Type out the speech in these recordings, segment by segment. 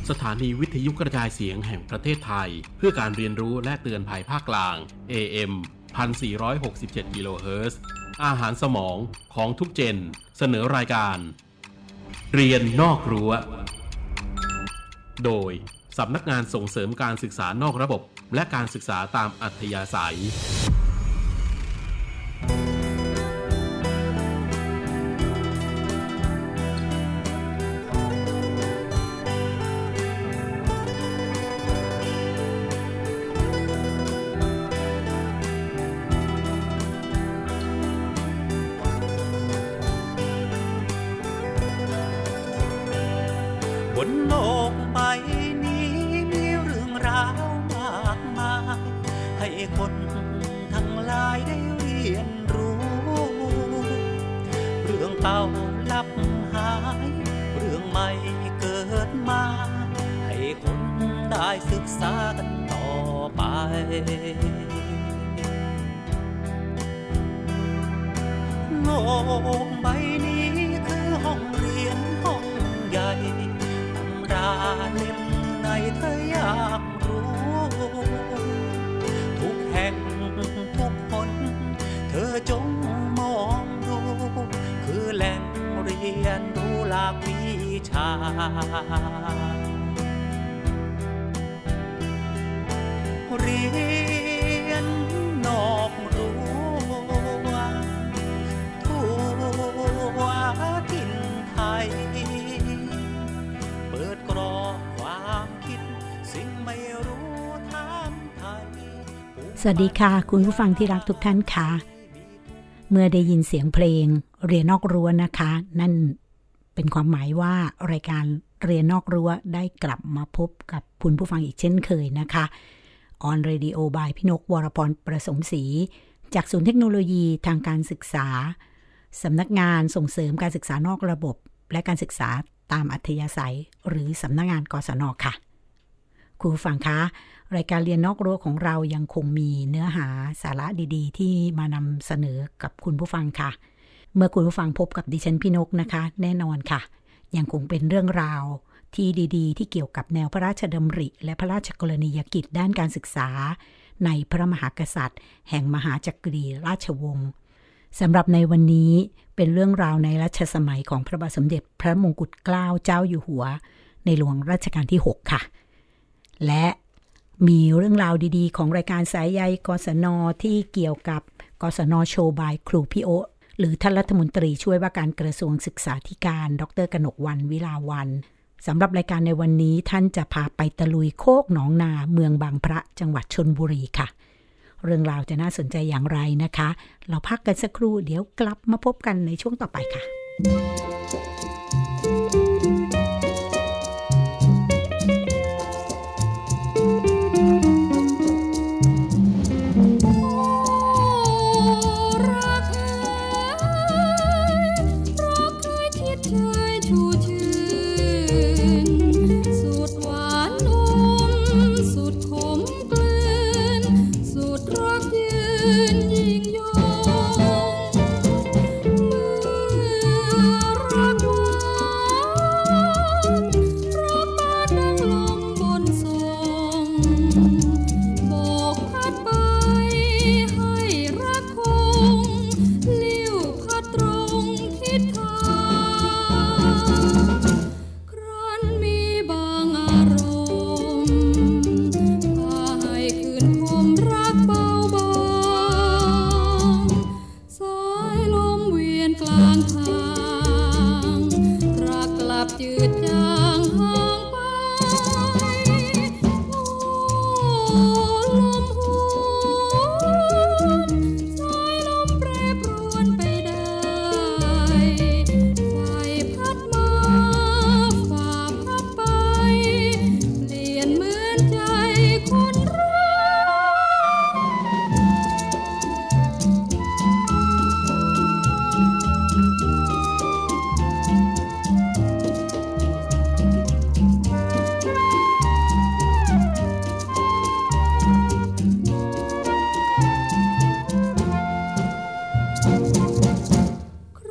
สถานีวิทยุกระจายเสียงแห่งประเทศไทยเพื่อการเรียนรู้และเตือนภัยภาคกลาง AM 1467 กิโลเฮิรตซ์อาหารสมองของทุกเจนเสนอรายการเรียนนอกรั้วโดยสำนักงานส่งเสริมการศึกษานอกระบบและการศึกษาตามอัธยาศัยบนโลกใบนี้มีเรื่องราวมากมายให้คนทั้งหลายได้เรียนรู้เรื่องเก่าลับหายเรื่องใหม่เกิดมาให้คนได้ศึกษากันต่อไปโลกใบนี้คือห้องเรียนห้องใหญ่เล่มไหนเธออยากรู้ทุกแห่งทุกคนเธอจงมองดูคือแหล่งเรียนรู้หลากวิชาเรียนนอกรั้วทั่วถิ่นไทยเปิดกรอกความคิดสิ่งไม่รู้ถามไทยสวัสดีค่ะคุณผู้ฟังที่รักทุกท่านค่ะเมื่อได้ยินเสียงเพลงเรียนนอกรั้วนะคะนั่นเป็นความหมายว่ารายการเรียนนอกรั้วได้กลับมาพบกับคุณผู้ฟังอีกเช่นเคยนะคะออนเรดิโอบายพี่นกวรพรประสมศรีจากศูนย์เทคโนโลยีทางการศึกษาสำนักงานส่งเสริมการศึกษานอกระบบและการศึกษาตามอัธยาศัยหรือสำนักงานกศน.ค่ะคุณผู้ฟังคะรายการเรียนนอกรั้วของเรายังคงมีเนื้อหาสาระดีๆที่มานำเสนอกับคุณผู้ฟังค่ะเมื่อคุณผู้ฟังพบกับดิฉันพี่นกนะคะแน่นอนค่ะยังคงเป็นเรื่องราวที่ดีๆที่เกี่ยวกับแนวพระราชดำริและพระราชกรณียกิจด้านการศึกษาในพระมหากษัตริย์แห่งมหาจักรีราชวงศ์สำหรับในวันนี้เป็นเรื่องราวในรัชสมัยของพระบาทสมเด็จพระมงกุฎเกล้าเจ้าอยู่หัวในหลวงรัชกาลที่6ค่ะและมีเรื่องราวดีๆของรายการสายใยกศน.ที่เกี่ยวกับกศน.โชว์บายครูพี่โอหรือท่านรัฐมนตรีช่วยว่าการกระทรวงศึกษาธิการดร.กนกวรรณวิลาวัลย์สำหรับรายการในวันนี้ท่านจะพาไปตะลุยโคกหนองนาเมืองบางพระจังหวัดชลบุรีค่ะเรื่องราวจะน่าสนใจอย่างไรนะคะเราพักกันสักครู่เดี๋ยวกลับมาพบกันในช่วงต่อไปค่ะ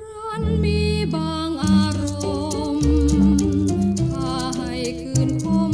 มีบางอารมณ์พาให้คืนคม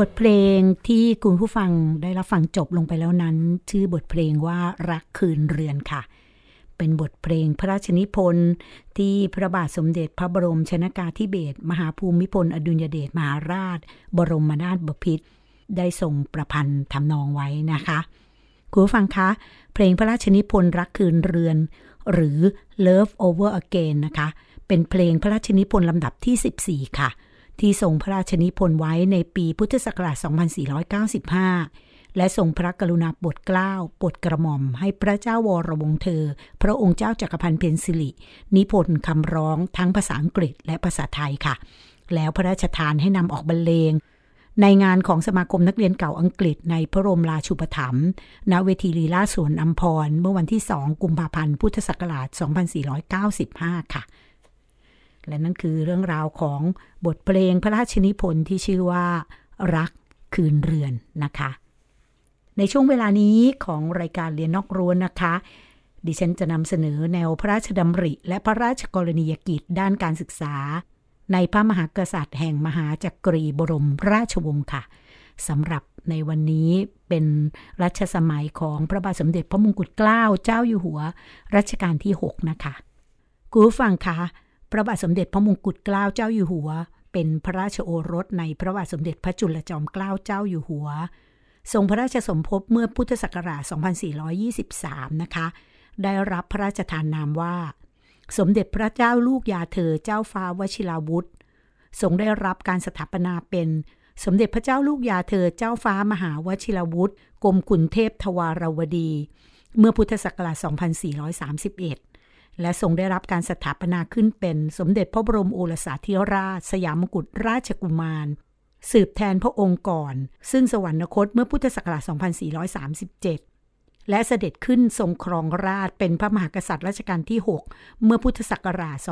ทเพลงที่คุณผู้ฟังได้รับฟังจบลงไปแล้วนั้นชื่อบทเพลงว่ารักคืนเรือนค่ะเป็นบทเพลงพระราชนิพนธ์ที่พระบาทสมเด็จพระบรมชนกาธิเบศรมหาภูมิพลอดุลยเดชมหาราชบรมนาถบพิตรได้ทรงประพันธ์ทำนองไว้นะคะคุณผู้ฟังคะเพลงพระราชนิพนธ์รักคืนเรือนหรือ Love Over Again นะคะเป็นเพลงพระราชนิพนธ์ลำดับที่14ค่ะที่ทรงพระราชนิพนธ์ไว้ในปีพุทธศักราช 2495 และทรงพระกรุณาโปรดเกล้าโปรดกระหม่อมให้พระเจ้าวรวงศ์เธอพระองค์เจ้าจักรพันธ์เพ็ญสิรินิพนธ์คำร้องทั้งภาษาอังกฤษและภาษาไทยค่ะแล้วพระราชทานให้นำออกบรรเลงในงานของสมาคมนักเรียนเก่าอังกฤษในพระบรมราชูปถัมภ์ณเวทีลีลาสวนอัมพรเมื่อวันที่2กุมภาพันธ์พุทธศักราช 2495 ค่ะและนั่นคือเรื่องราวของบทเพลงพระราชนิพนธ์ที่ชื่อว่ารักคืนเรือนนะคะในช่วงเวลานี้ของรายการเรียนนอกรั้วนะคะดิฉันจะนำเสนอแนวพระราชดำริและพระราชกรณียกิจด้านการศึกษาในพระมหากษัตริย์แห่งมหาจักรีบรมราชวงศ์ค่ะสำหรับในวันนี้เป็นรัชสมัยของพระบาทสมเด็จพระมงกุฎเกล้าเจ้าอยู่หัวรัชกาลที่6นะคะคุณผู้ฟังคะพระบาทสมเด็จพระมงกุฎเกล้าเจ้าอยู่หัวเป็นพระราชโอรสในพระบาทสมเด็จพระจุลจอมเกล้าเจ้าอยู่หัวทรงพระราชสมภพเมื่อพุทธศักราช 2423 นะคะได้รับพระราชทานนามว่าสมเด็จพระเจ้าลูกยาเธอเจ้าฟ้าวชิราวุธทรงได้รับการสถาปนาเป็นสมเด็จพระเจ้าลูกยาเธอเจ้าฟ้ามหาวชิราวุธกรมขุนเทพทวารวดีเมื่อพุทธศักราช 2431 และทรงได้รับการสถาปนาขึ้นเป็นสมเด็จพระบรมโอรสาธิราชสยามกุฎราชกุมารสืบแทนพระองค์ก่อนซึ่งสวรรคตเมื่อพุทธศักราช 2437 และเสด็จขึ้นทรงครองราชย์เป็นพระมหากษัตริย์รัชกาลที่ 6 เมื่อพุทธศักราช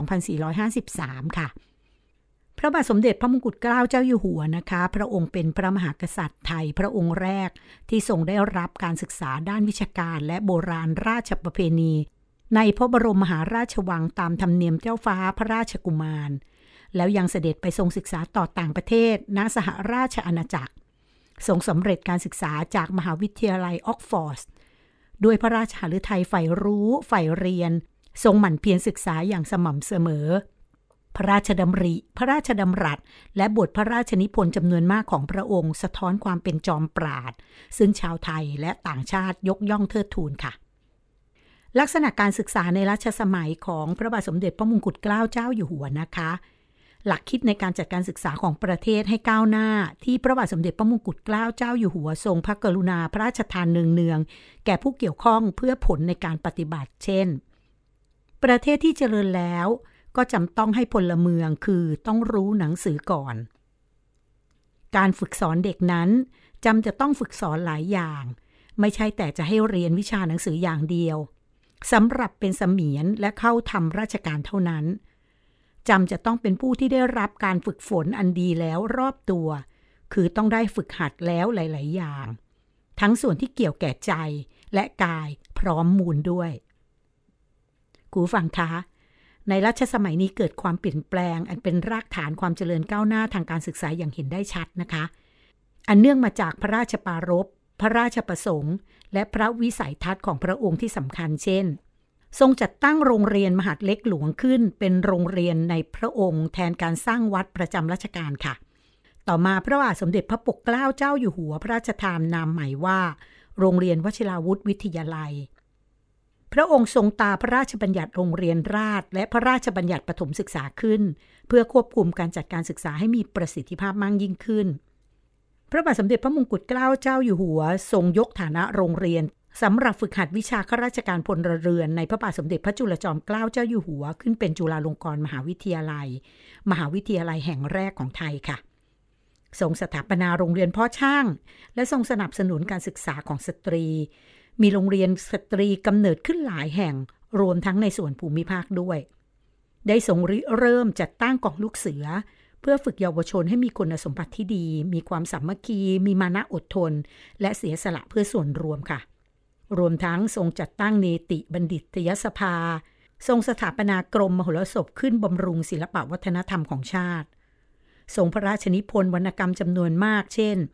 2453 ค่ะพระบาทสมเด็จพระมงกุฎเกล้าเจ้าอยู่หัวนะคะพระองค์เป็นพระมหากษัตริย์ไทยพระองค์แรกที่ทรงได้รับการศึกษาด้านวิชาการและโบราณราชประเพณีในพระบรมมหาราชวังตามธรรมเนียมเจ้าฟ้าพระราชกุมารแล้วยังเสด็จไปทรงศึกษาต่อต่างประเทศณสหราชอาณาจักรทรงสำเร็จการศึกษาจากมหาวิทยาลัยออกฟอร์ดด้วยพระราชหฤทัยใฝ่รู้ใฝ่เรียนทรงหมั่นเพียรศึกษาอย่างสม่ำเสมอพระราชดำริพระราชดำรัสและบทพระราชนิพนธ์จำนวนมากของพระองค์สะท้อนความเป็นจอมปราชญ์ซึ่งชาวไทยและต่างชาติยกย่องเทิดทูนค่ะลักษณะการศึกษาในรัชสมัยของพระบาทสมเด็จพระมงกุฎเกล้าเจ้าอยู่หัวนะคะหลักคิดในการจัดการศึกษาของประเทศให้ก้าวหน้าที่พระบาทสมเด็จพระมงกุฎเกล้าเจ้าอยู่หัวทรงพระกรุณาพระราชทานเนืองๆแก่ผู้เกี่ยวข้องเพื่อผลในการปฏิบัติเช่นประเทศที่เจริญแล้วก็จำต้องให้พลเมืองคือต้องรู้หนังสือก่อนการฝึกสอนเด็กนั้นจำจะต้องฝึกสอนหลายอย่างไม่ใช่แต่จะให้เรียนวิชาหนังสืออย่างเดียวสำหรับเป็นเสมียนและเข้าทำราชการเท่านั้นจำจะต้องเป็นผู้ที่ได้รับการฝึกฝนอันดีแล้วรอบตัวคือต้องได้ฝึกหัดแล้วหลายๆอย่างทั้งส่วนที่เกี่ยวแก่ใจและกายพร้อมมูลด้วยคุณฟังคะในรัชสมัยนี้เกิดความเปลี่ยนแปลงอันเป็นรากฐานความเจริญก้าวหน้าทางการศึกษาอย่างเห็นได้ชัดนะคะอันเนื่องมาจากพระราชปรารภพระราชประสงค์และพระวิสัยทัศน์ของพระองค์ที่สำคัญเช่นทรงจัดตั้งโรงเรียนมหาดเล็กหลวงขึ้นเป็นโรงเรียนในพระองค์แทนการสร้างวัดประจำราชการค่ะต่อมาพระบาทสมเด็จพระปกเกล้าเจ้าอยู่หัวพระราชทานนามใหม่ว่าโรงเรียนวชิราวุธวิทยาลัยพระองค์ทรงตราพระราชบัญญัติโรงเรียนราษฎร์และพระราชบัญญัติประถมศึกษาขึ้นเพื่อควบคุมการจัดการศึกษาให้มีประสิทธิภาพมากยิ่งขึ้นพระบาทสมเด็จพระมงกุฎเกล้าเจ้าอยู่หัวทรงยกฐานะโรงเรียนสำหรับฝึกหัดวิชาข้าราชการพลเรือนในพระบาทสมเด็จพระจุลจอมเกล้าเจ้าอยู่หัวขึ้นเป็นจุฬาลงกรณ์มหาวิทยาลัยมหาวิทยาลัยแห่งแรกของไทยค่ะทรงสถาปนาโรงเรียนพ่อช่างและทรงสนับสนุนการศึกษาของสตรีมีโรงเรียนสตรีกำเนิดขึ้นหลายแห่งรวมทั้งในส่วนภูมิภาคด้วยได้ทรงเริ่มจัดตั้งกองลูกเสือเพื่อฝึกเยาวชนให้มีคุณสมบัติที่ดีมีความสามัคคีมีมานะอดทนและเสียสละเพื่อส่วนรวมค่ะรวมทั้งทรงจัดตั้งเนติบัณฑิตยสภาทรงสถาปนากรมมโหรสพขึ้นบำรุงศิลปวัฒนธรรมของชาติทรงพระราชนิพนธ์วรรณกรรมจำนวนมากเช่น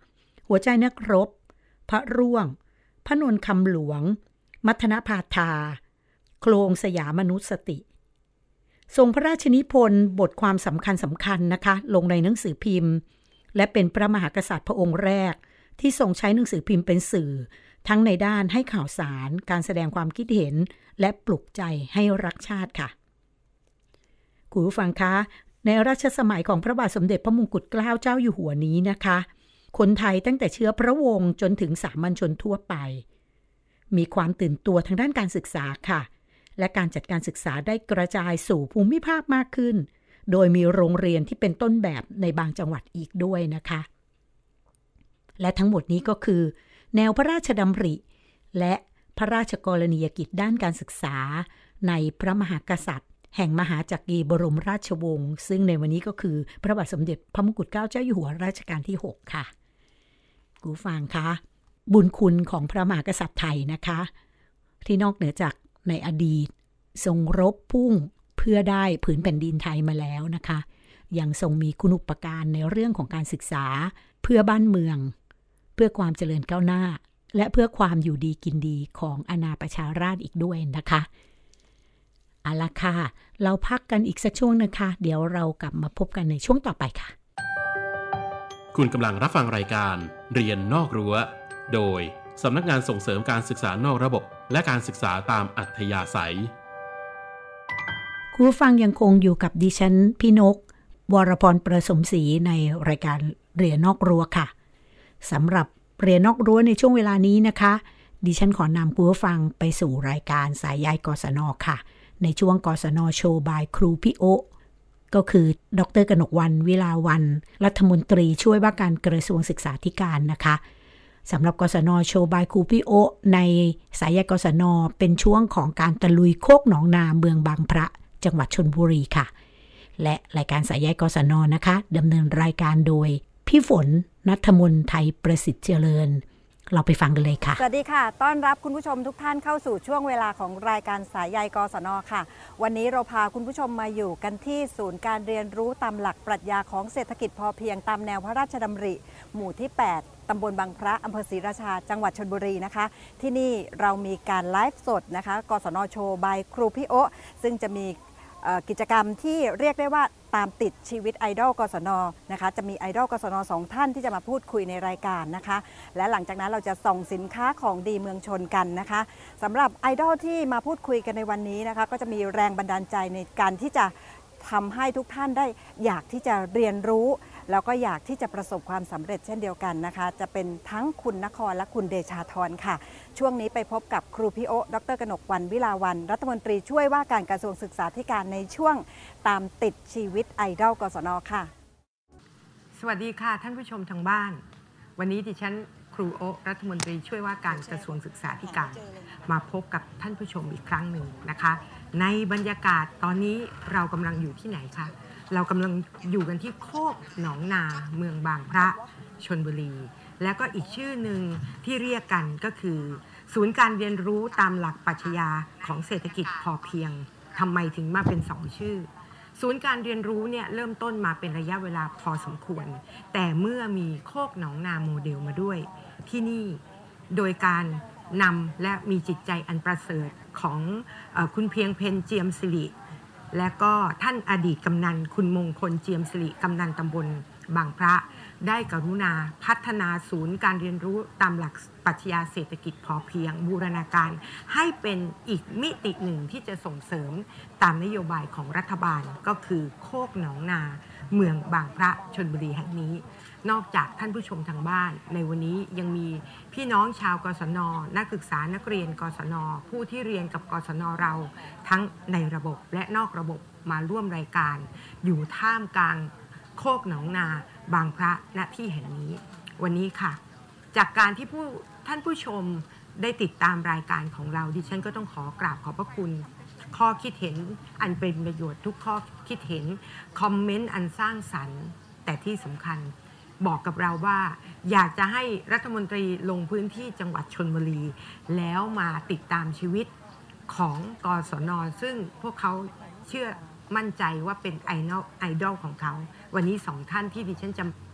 หัวใจนักรบพระร่วงพระนนท์คำหลวงมัทนภาทาโครงสยามนุษยสติทรงพระราชนิพนธ์บทความสำคัญนะคะลงในหนังสือพิมพ์และเป็นพระมหากษัตริย์พระองค์แรกที่ทรงใช้หนังสือพิมพ์เป็นสื่อทั้งในด้านให้ข่าวสารการแสดงความคิดเห็นและปลุกใจให้รักชาติค่ะคุณผู้ฟังคะในรัชสมัยของพระบาทสมเด็จพระมงกุฎเกล้าเจ้าอยู่หัวนี้นะคะคนไทยตั้งแต่เชื้อพระวงศ์จนถึงสามัญชนทั่วไปมีความตื่นตัวทางด้านการศึกษาค่ะและการจัดการศึกษาได้กระจายสู่ภูมิภาคมากขึ้นโดยมีโรงเรียนที่เป็นต้นแบบในบางจังหวัดอีกด้วยนะคะและทั้งหมดนี้ก็คือแนวพระราชดำริและพระราชกรณียกิจด้านการศึกษาในพระมหากษัตริย์แห่งมหาจักรีบรมราชวงศ์ซึ่งในวันนี้ก็คือพระบาทสมเด็จพระมงกุฎเกล้าเจ้าอยู่หัวรัชกาลที่6ค่ะคุณฟังคะบุญคุณของพระมหากษัตริย์ไทยนะคะที่นอกเหนือจากในอดีตทรงรบพุ่งเพื่อได้ผืนแผ่นดินไทยมาแล้วนะคะยังทรงมีคุณูปการในเรื่องของการศึกษาเพื่อบ้านเมืองเพื่อความเจริญก้าวหน้าและเพื่อความอยู่ดีกินดีของอาณาประชาราษฎร์อีกด้วยนะคะเอาล่ะค่ะเราพักกันอีกสักช่วงนะคะเดี๋ยวเรากลับมาพบกันในช่วงต่อไปค่ะคุณกำลังรับฟังรายการเรียนนอกรั้วโดยสำนักงานส่งเสริมการศึกษานอกระบบและการศึกษาตามอัธยาศัยคุณผู้ฟังยังคงอยู่กับดิฉันพี่นกวรพรประสมศรีในรายการเรียนนอกรั้วค่ะสำหรับเรียนนอกรั้วในช่วงเวลานี้นะคะดิฉันขอนำคุณผู้ฟังไปสู่รายการสายใยกศน.ค่ะในช่วงกศน.โชว์บายครูพี่โอก็คือดร.กนกวรรณวิลาวัลย์รัฐมนตรีช่วยว่าการกระทรวงศึกษาธิการนะคะสำหรับกศน.โชว์บายครูพี่โอในสายใยกศน.เป็นช่วงของการตะลุยโคกหนองนาเมืองบางพระจังหวัดชลบุรีค่ะและรายการสายใยกศน.นะคะดำเนินรายการโดยพี่ฝนณัฐมนไทยประสิทธิ์เจริญเราไปฟังกันเลยค่ะสวัสดีค่ะต้อนรับคุณผู้ชมทุกท่านเข้าสู่ช่วงเวลาของรายการสายใยกศน.ค่ะวันนี้เราพาคุณผู้ชมมาอยู่กันที่ศูนย์การเรียนรู้ตามหลักปรัชญาของเศรษฐกิจพอเพียงตามแนวพระราชดำริหมู่ที่8ตำบลบางพระอำเภอศรีราชาจังหวัดชลบุรีนะคะที่นี่เรามีการไลฟ์สดนะคะกศน.โชว์บายครูพี่โอซึ่งจะมีกิจกรรมที่เรียกได้ว่าตามติดชีวิตไอดอลกศน.นะคะจะมีไอดอลกศน.2 ท่านที่จะมาพูดคุยในรายการนะคะและหลังจากนั้นเราจะส่งสินค้าของดีเมืองชนกันนะคะสำหรับไอดอลที่มาพูดคุยกันในวันนี้นะคะก็จะมีแรงบันดาลใจในการที่จะทำให้ทุกท่านได้อยากที่จะเรียนรู้แล้วก็อยากที่จะประสบความสำเร็จเช่นเดียวกันนะคะจะเป็นทั้งคุณนครและคุณเดชาธรค่ะช่วงนี้ไปพบกับครูพี่โอดร.กนกวรรณวิลาวัลย์รัฐมนตรีช่วยว่าการกระทรวงศึกษาธิการในช่วงตามติดชีวิตไอดอลกศน.ค่ะสวัสดีค่ะท่านผู้ชมทางบ้านวันนี้ดิฉันครูโอรัฐมนตรีช่วยว่าการกระทรวงศึกษาธิการมาพบกับท่านผู้ชมอีกครั้งหนึ่งนะคะในบรรยากาศตอนนี้เรากำลังอยู่ที่ไหนคะเรากำลังอยู่กันที่โคกหนองนาเมืองบางพระชลบุรีและก็อีกชื่อหนึ่งที่เรียกกันก็คือศูนย์การเรียนรู้ตามหลักปรัชญาของเศรษฐกิจพอเพียงทำไมถึงมาเป็น2ชื่อศูนย์การเรียนรู้เนี่ยเริ่มต้นมาเป็นระยะเวลาพอสมควรแต่เมื่อมีโคกหนองนาโมเดลมาด้วยที่นี่โดยการนำและมีจิตใจอันประเสริฐของคุณเพียงเพ็ญเจียมสิริและก็ท่านอดีตกำนันคุณมงคลเจียมสิริกำนันตำบลบางพระได้กรุณาพัฒนาศูนย์การเรียนรู้ตามหลักปรัชญาเศรษฐกิจพอเพียงบูรณาการให้เป็นอีกมิติหนึ่งที่จะส่งเสริมตามนโยบายของรัฐบาลก็คือโคกหนองนาเมืองบางพระชลบุรีแห่งนี้นอกจากท่านผู้ชมทางบ้านในวันนี้ยังมีพี่น้องชาวกศน.นักศึกษานักเรียนกศน.ผู้ที่เรียนกับกศน.เราทั้งในระบบและนอกระบบมาร่วมรายการอยู่ท่ามกลางโคกหนองนาบางพระณที่แห่งนี้วันนี้ค่ะจากการที่ท่านผู้ชมได้ติดตามรายการของเราดิฉันก็ต้องขอกราบขอบพระคุณข้อคิดเห็นอันเป็นประโยชน์ทุกข้อคิดเห็นคอมเมนต์อันสร้างสรรค์แต่ที่สำคัญบอกกับเราว่าอยากจะให้รัฐมนตรีลงพื้นที่จังหวัดชลบุรีแล้วมาติดตามชีวิตของกศน.ซึ่งพวกเขาเชื่อมั่นใจว่าเป็นไอดอลของเขาวันนี้2ท่านที่ดิฉันจะ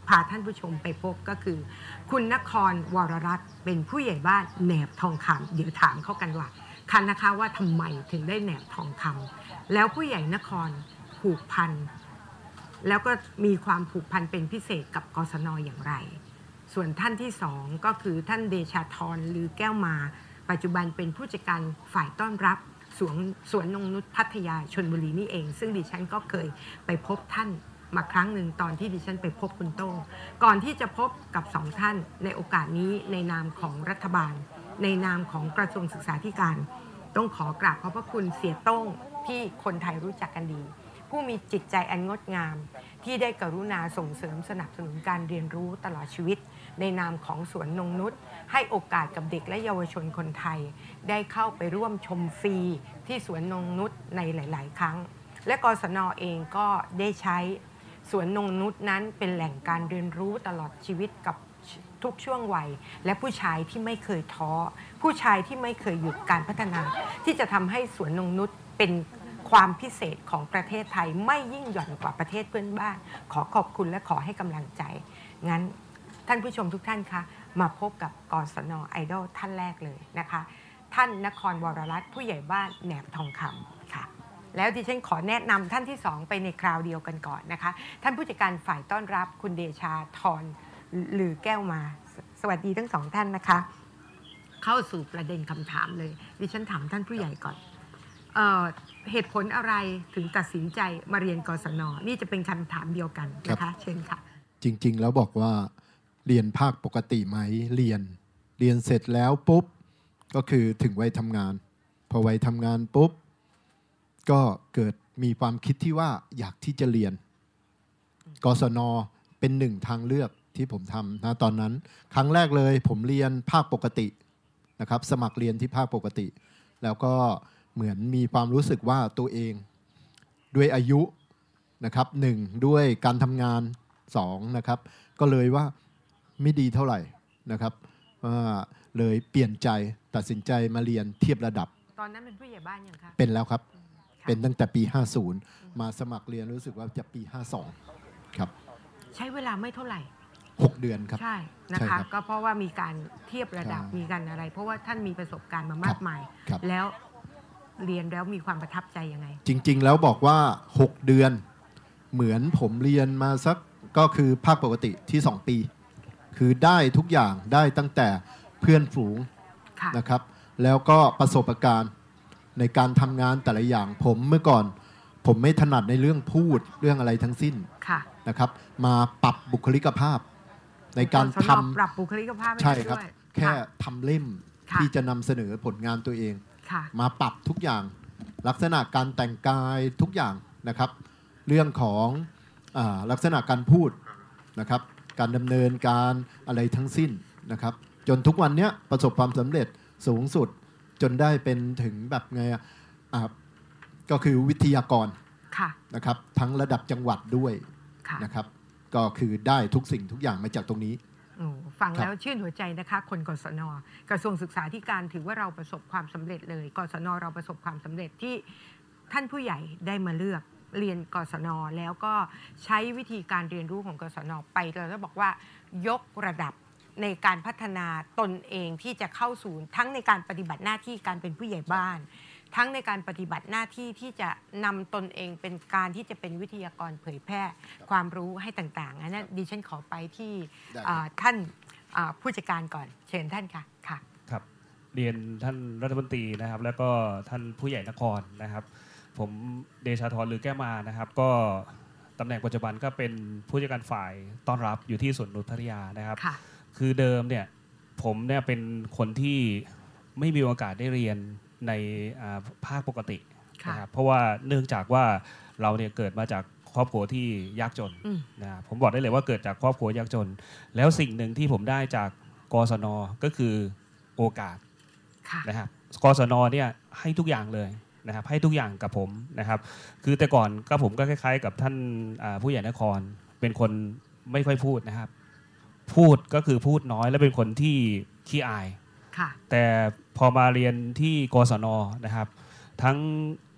พาท่านผู้ชมไปพบก็คือคุณนครวรรัตน์เป็นผู้ใหญ่บ้านแหนบทองคำเดี๋ยวถามเขากันว่าคันนะคะว่าทำไมถึงได้แหนบทองคำแล้วผู้ใหญ่นครผูกพันแล้วก็มีความผูกพันเป็นพิเศษกับกศน.อย่างไรส่วนท่านที่สองก็คือท่านเดชาธรหรือแก้วมาปัจจุบันเป็นผู้จัดการฝ่ายต้อนรับสวนนงนุชพัทยาชลบุรีนี่เองซึ่งดิฉันก็เคยไปพบท่านมาครั้งหนึ่งตอนที่ดิฉันไปพบคุณโต้งก่อนที่จะพบกับสองท่านในโอกาสนี้ในนามของรัฐบาลในนามของกระทรวงศึกษาธิการต้องขอกราบขอบพระคุณเสียโต้งที่คนไทยรู้จักกันดีผู้มีจิตใจอันงดงามที่ได้กรุณาส่งเสริมสนับสนุนการเรียนรู้ตลอดชีวิตในนามของสวนนงนุชให้โอกาสกับเด็กและเยาวชนคนไทยได้เข้าไปร่วมชมฟรีที่สวนนงนุชในหลายๆครั้งและกศน.เองก็ได้ใช้สวนนงนุชนั้นเป็นแหล่งการเรียนรู้ตลอดชีวิตกับทุกช่วงวัยและผู้ชายที่ไม่เคยท้อผู้ชายที่ไม่เคยหยุดการพัฒนาที่จะทำให้สวนนงนุชเป็นความพิเศษของประเทศไทยไม่ยิ่งหย่อนกว่าประเทศเพื่อนบ้านขอขอบคุณและขอให้กำลังใจงั้นท่านผู้ชมทุกท่านคะมาพบกับกศน.ไอดอลท่านแรกเลยนะคะท่านนครวรรัตน์ผู้ใหญ่บ้านแหนบทองคำค่ะแล้วดิฉันขอแนะนำท่านที่สองไปในคราวเดียวกันก่อนนะคะท่านผู้จัดการฝ่ายต้อนรับคุณเดชาธรหรือแก้วมาสวัสดีทั้งสองท่านนะคะเข้าสู่ประเด็นคำถามเลยดิฉันถามท่านผู้ใหญ่ก่อนเหตุผลอะไรถึงตัดสินใจมาเรียนกศน.นี่จะเป็นคำถามเดียวกันนะคะเชิญค่ะจริงๆแล้วบอกว่าเรียนภาคปกติไหมเรียนเสร็จแล้วปุ๊บก็คือถึงวัยทำงานพอวัยทำงานปุ๊บก็เกิดมีความคิดที่ว่าอยากที่จะเรียนกศน.เป็นหนึ่งทางเลือกที่ผมทำนะตอนนั้นครั้งแรกเลยผมเรียนภาคปกตินะครับสมัครเรียนที่ภาคปกติแล้วก็เหมือนมีความรู้สึกว่าตัวเองด้วยอายุนะครับ1ด้วยการทำงาน2นะครับก็เลยว่าไม่ดีเท่าไหร่นะครับเลยเปลี่ยนใจตัดสินใจมาเรียนเทียบระดับตอนนั้นเป็นผู้ใหญ่บ้านยังคะเป็นแล้วครับเป็นตั้งแต่ปี50มาสมัครเรียนรู้สึกว่าจะปี52ครับใช้เวลาไม่เท่าไหร่ 6 เดือนครับใช่นะคะก็เพราะว่ามีการเทียบระดับมีการอะไรเพราะว่าท่านมีประสบการณ์มามากมายแล้วเรียนแล้วมีความประทับใจยังไงจริงๆแล้วบอกว่า6 เดือนเหมือนผมเรียนมาสักก็คือภาคปกติที่2 ปีคือได้ทุกอย่างได้ตั้งแต่เพื่อนฝูงนะครับแล้วก็ประสบการณ์ในการทำงานแต่ละอย่างผมเมื่อก่อนผมไม่ถนัดในเรื่องพูดเรื่องอะไรทั้งสิ้นนะครับมาปรับบุคลิกภาพในการทำปรับบุคลิกภาพใช่ครับแค่ทำเล่มที่จะนำเสนอผลงานตัวเองมาปรับทุกอย่างลักษณะการแต่งกายทุกอย่างนะครับเรื่องของลักษณะการพูดนะครับการดำเนินการอะไรทั้งสิ้นนะครับจนทุกวันนี้ประสบความสำเร็จสูงสุดจนได้เป็นถึงแบบไงก็คือวิทยากรนะครับทั้งระดับจังหวัดด้วยนะครับก็คือได้ทุกสิ่งทุกอย่างมาจากตรงนี้ฟังแล้วชื่นหัวใจนะคะคนกศน.กระทรวงศึกษาธิการถือว่าเราประสบความสำเร็จเลยกศน.เราประสบความสำเร็จที่ท่านผู้ใหญ่ได้มาเลือกเรียนกศน.แล้วก็ใช้วิธีการเรียนรู้ของกศน.ไปเราจะบอกว่ายกระดับในการพัฒนาตนเองที่จะเข้าสู่ทั้งในการปฏิบัติหน้าที่การเป็นผู้ใหญ่บ้านทั้งในการปฏิบัติหน้าที่ที่จะนำตนเองเป็นการที่จะเป็นวิทยากรเผยแพร่ความรู้ให้ต่างๆอันนั้นดิฉันขอไปที่ท่านผู้จัดการก่อนเชิญท่านค่ะครับเรียนท่านรัฐมนตรีนะครับแล้วก็ท่านผู้ใหญ่นครนะครับผมเดชาธรหรือแก้วมานะครับก็ตำแหน่งปัจจุบันก็เป็นผู้จัดการฝ่ายต้อนรับอยู่ที่สวนนงนุชพัทยานะครับคือเดิมเนี่ยผมเนี่ยเป็นคนที่ไม่มีโอกาสได้เรียนในภาคปกตินะครับเพราะว่าเนื่องจากว่าเราเนี่ยเกิดมาจากครอบครัวที่ยากจนนะผมบอกได้เลยว่าเกิดจากครอบครัวยากจนแล้วสิ่งหนึ่งที่ผมได้จากกศน.ก็คือโอกาสนะครับกศน.เนี่ยให้ทุกอย่างเลยนะครับให้ทุกอย่างกับผมนะครับคือแต่ก่อนก็ผมก็คล้ายๆกับท่านผู้ใหญ่นครเป็นคนไม่ค่อยพูดนะครับพูดก็คือพูดน้อยและเป็นคนที่ขี้อายแต่พอมาเรียนที่กศน.นะครับทั้ง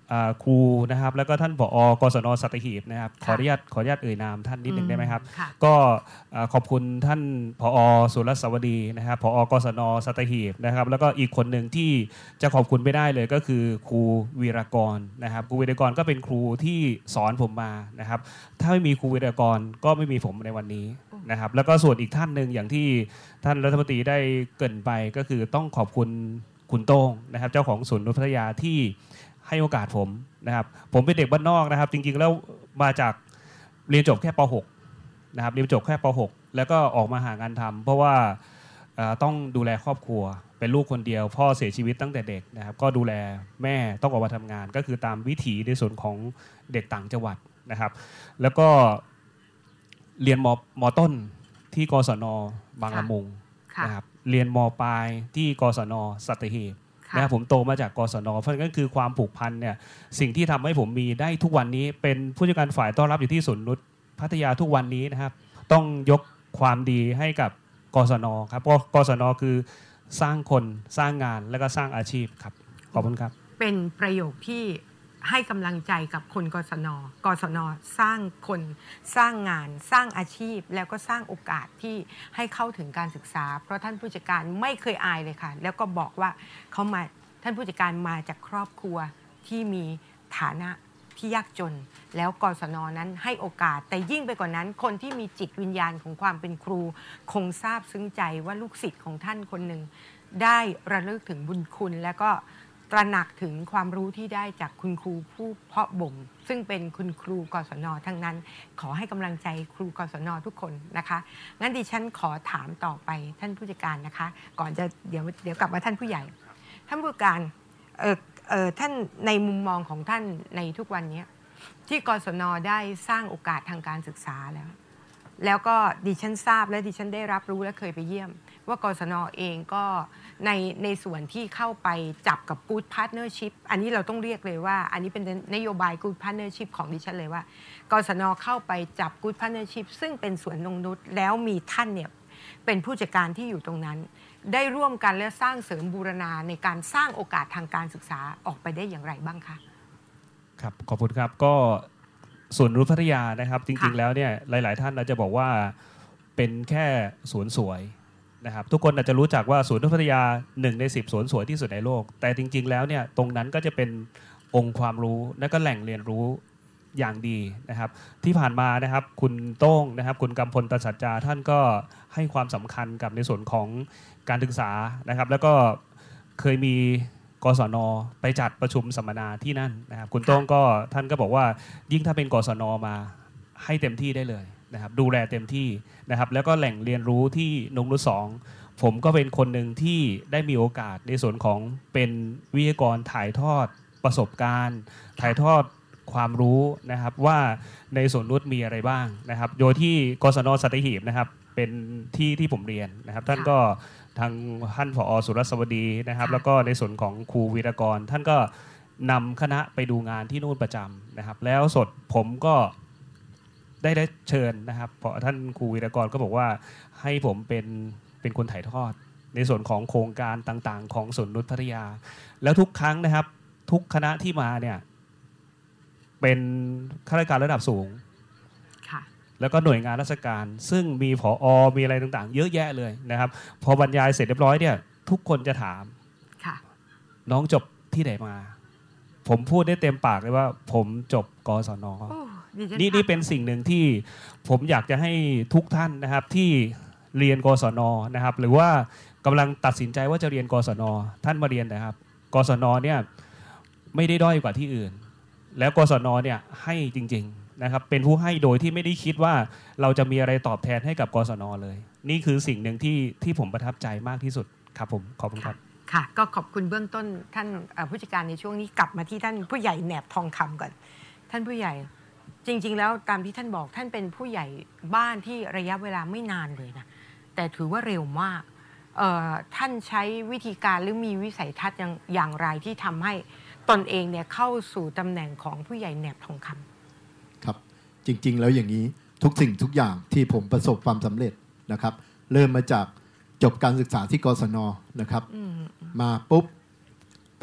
ครูนะครับแล้วก็ท่านผอ.กศน.สัตหีบนะครับขออนุญาตเอ่ยนามท่านนิดหนึ่งได้ไหมครับก็ขอบคุณท่านผอ.สุรศวดีนะครับผอ.กศน.สัตหีบนะครับแล้วก็อีกคนหนึ่งที่จะขอบคุณไม่ได้เลยก็คือครูวีรกรนะครับครูวีรกรก็เป็นครูที่สอนผมมานะครับถ้าไม่มีครูวีรกรก็ไม่มีผมในวันนี้นะครับแล้วก็ส่วนอีกท่านหนึ่งอย่างที่ท่านรัฐมนตรีได้เกริ่นไปก็คือต้องขอบคุณคุณโต้งนะครับเจ้าของศูนย์นุชพัทยาที่ให้โอกาสผมนะครับผมเป็นเด็กบ้านนอกนะครับจริงๆแล้วมาจากเรียนจบแค่ป .6 นะครับเรียนจบแค่ป .6 แล้วก็ออกมาหางานทำเพราะว่าต้องดูแลครอบครัวเป็นลูกคนเดียวพ่อเสียชีวิตตั้งแต่เด็กนะครับก็ดูแลแม่ต้องออกมาทำงานก็คือตามวิถีในส่วนของเด็กต่างจังหวัดนะครับแล้วก็เรียนม.ต้นที่กศน.บางละมุงนะครับเรียนม.ปลายที่กศน.สัตหีบนะครับผมโตมาจากกศน.เพราะฉะนั้นคือความผูกพันเนี่ยสิ่งที่ทำให้ผมมีได้ทุกวันนี้เป็นผู้จัดการฝ่ายต้อนรับอยู่ที่ศูนย์นุชพัทยาทุกวันนี้นะครับต้องยกความดีให้กับกศน.ครับเพราะกศน.คือสร้างคนสร้างงานและก็สร้างอาชีพครับขอบคุณครับเป็นประโยคที่ให้กำลังใจกับคนกศน.สร้างคนสร้างงานสร้างอาชีพแล้วก็สร้างโอกาสที่ให้เข้าถึงการศึกษาเพราะท่านผู้จัดการไม่เคยอายเลยค่ะแล้วก็บอกว่าท่านผู้จัดการมาจากครอบครัวที่มีฐานะที่ยากจนแล้วกศน.นั้นให้โอกาสแต่ยิ่งไปกว่านั้นคนที่มีจิตวิญญาณของความเป็นครูคงซาบซึ้งใจว่าลูกศิษย์ของท่านคนหนึ่งได้ระลึกถึงบุญคุณแล้วก็ตระหนักถึงความรู้ที่ได้จากคุณครูผู้เพาะบ่มซึ่งเป็นคุณครูกศน.ทั้งนั้นขอให้กำลังใจครูกศน.ทุกคนนะคะงั้นดิฉันขอถามต่อไปท่านผู้จัดการนะคะก่อนจะเดี๋ยวกลับมาท่านผู้ใหญ่ท่านผู้จัดการท่านในมุมมองของท่านในทุกวันนี้ที่กศน.ได้สร้างโอกาสทางการศึกษาแล้วก็ดิฉันทราบและดิฉันได้รับรู้และเคยไปเยี่ยมว่ากศน.เองก็ในส่วนที่เข้าไปจับกับ Good Partnership อันนี้เราต้องเรียกเลยว่าอันนี้เป็นนโยบาย Good Partnership ของดิฉันเลยว่ากศน.เข้าไปจับ Good Partnership ซึ่งเป็นสวนนงนุชแล้วมีท่านเนี่ยเป็นผู้จัดการที่อยู่ตรงนั้นได้ร่วมกันและสร้างเสริมบูรณาในการสร้างโอกาสทางการศึกษาออกไปได้อย่างไรบ้างคะครับขอบคุณครับก็สวนนุชพัทยานะครับจริงๆแล้วเนี่ยหลายๆท่านอาจจะบอกว่าเป็นแค่สวนสวยนะครับทุกคนอาจจะรู้จักว่าสวนนุชพัทยา1 ใน 10สวนสวยที่สุดในโลกแต่จริงๆแล้วเนี่ยตรงนั้นก็จะเป็นองค์ความรู้และก็แหล่งเรียนรู้อย่างดีนะครับที่ผ่านมานะครับคุณโต้งนะครับคุณกำพลตสัจจาท่านก็ให้ความสำคัญกับในส่วนของการศึกษานะครับแล้วก็เคยมีกศน.ไปจัดประชุมสัมมนาที่นั่นนะครับคุณโต้งก็ท่านก็บอกว่ายิ่งถ้าเป็นกศน.มาให้เต็มที่ได้เลยนะครับดูแลเต็มที่นะครับแล้วก็แหล่งเรียนรู้ที่นงนุช2ผมก็เป็นคนหนึ่งที่ได้มีโอกาสในส่วนของเป็นวิทยากรถ่ายทอดประสบการณ์ถ่ายทอดความรู้นะครับว่าในสวนนุชมีอะไรบ้างนะครับโดยที่กศน.สัตหีบนะครับเป็นที่ผมเรียนนะครับท่านก็ทางท่านผอ.สุรศวดีนะครับแล้วก็ในส่วนของครูวีรกรท่านก็นำคณะไปดูงานที่นู่นประจำนะครับแล้วสดผมก็ได้เชิญนะครับเพราะท่านครูวีรกรก็บอกว่าให้ผมเป็นคนถ่ายทอดในส่วนของโครงการต่างๆของสวนนุชพัทยาแล้วทุกครั้งนะครับทุกคณะที่มาเนี่ยเป็นข้าราชการระดับสูงแล้วก็หน่วยงานราชการซึ่งมีผอ.มีอะไรต่างๆเยอะแยะเลยนะครับพอบรรยายเสร็จเรียบร้อยเนี่ยทุกคนจะถามน้องจบที่ไหนมาผมพูดได้เต็มปากเลยว่าผมจบกศน.นี่เป็นสิ่งหนึ่งที่ผมอยากจะให้ทุกท่านนะครับที่เรียนกศน.นะครับหรือว่ากำลังตัดสินใจว่าจะเรียนกศน.ท่านมาเรียนนะครับกศน.เนี่ยไม่ได้ด้อยกว่าที่อื่นแล้วกศน.เนี่ยให้จริงๆนะครับเป็นผู้ให้โดยที่ไม่ได้คิดว่าเราจะมีอะไรตอบแทนให้กับกศน.เลยนี่คือสิ่งหนึ่งที่ผมประทับใจมากที่สุดครับผมขอบคุณครับค่ะก็ขอบคุณเบื้องต้นท่านผู้จัดการในช่วงนี้กลับมาที่ท่านผู้ใหญ่แหนบทองคำก่อนท่านผู้ใหญ่จริงๆแล้วตามที่ท่านบอกท่านเป็นผู้ใหญ่บ้านที่ระยะเวลาไม่นานเลยนะแต่ถือว่าเร็วมากท่านใช้วิธีการหรือมีวิสัยทัศน์อย่างไรที่ทำให้ตนเองเนี่ยเข้าสู่ตำแหน่งของผู้ใหญ่แหนบทองคำครับจริงๆแล้วอย่างนี้ทุกสิ่งทุกอย่างที่ผมประสบความสำเร็จนะครับเริ่มมาจากจบการศึกษาที่กศน.นะครับมาปุ๊บผ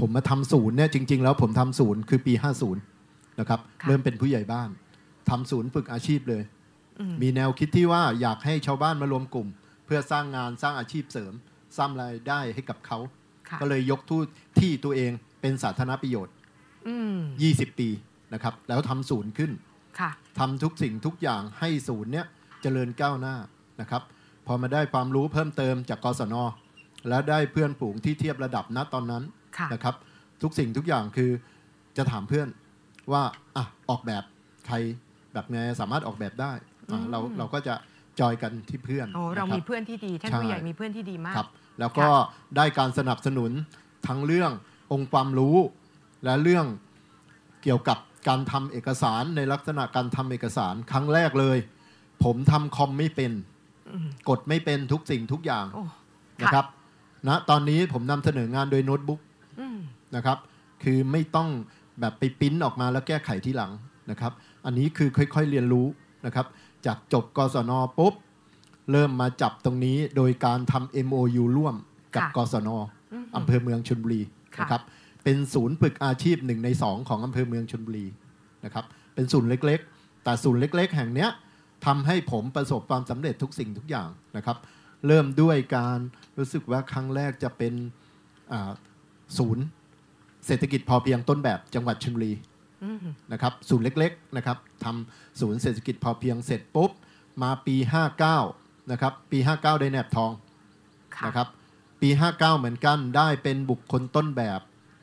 ผมมาทำศูนย์เนี่ยจริงๆแล้วผมทำศูนย์คือปี50นะครับเริ่มเป็นผู้ใหญ่บ้านทำศูนย์ฝึกอาชีพเลยมีแนวคิดที่ว่าอยากให้ชาวบ้านมารวมกลุ่มเพื่อสร้างงานสร้างอาชีพเสริมสร้างรายได้ให้กับเขาก็เลยยกที่ตัวเองเป็นสาธารณประโยชน์20 ปีนะครับแล้วทำศูนย์ขึ้นทำทุกสิ่งทุกอย่างให้ศูนย์เนี้ยเจริญก้าวหน้านะครับพอมาได้ความรู้เพิ่มเติมจากกศน.แล้วได้เพื่อนฝูงที่เทียบระดับณตอนนั้นนะครับทุกสิ่งทุกอย่างคือจะถามเพื่อนว่าออกแบบใครแบบไงสามารถออกแบบได้เราก็จะจอยกันที่เพื่อนเรามีเพื่อนที่ดีท่านผู้ใหญ่มีเพื่อนที่ดีมากแล้วก็ได้การสนับสนุนทั้งเรื่ององค์ความรู้และเรื่องเกี่ยวกับการทำเอกสารในลักษณะการทำเอกสารครั้งแรกเลยผมทำคอมไม่เป็นกดไม่เป็นทุกสิ่งทุกอย่างนะครับนะตอนนี้ผมนำเสนองานโดยโน้ตบุ๊กนะครับคือไม่ต้องแบบไปปริ้นออกมาแล้วแก้ไขที่หลังนะครับอันนี้คือค่อยๆเรียนรู้นะครับจากจบกศน.ปุ๊บเริ่มมาจับตรงนี้โดยการทำ MOU ร่วมกับกศน.อำเภอเมืองชลบุรีนะครับเป็นศูนย์ฝึกอาชีพ1 ใน 2ของอำเภอเมืองชลบุรีนะครับเป็นศูนย์เล็กๆแต่ศูนย์เล็กๆแห่งเนี้ยทำให้ผมประสบความสำเร็จทุกสิ่งทุกอย่างนะครับเริ่มด้วยการรู้สึกว่าครั้งแรกจะเป็นศูนย์เศรษฐกิจพอเพียงต้นแบบจังหวัดชลบุรีนะครับศูนย์เล็กๆนะครับทำศูนย์เศรษฐกิจพอเพียงเสร็จปุ๊บมาปี59นะครับปี59ได้แนบทองนะครับปี59เหมือนกันได้เป็นบุคคลต้นแบบ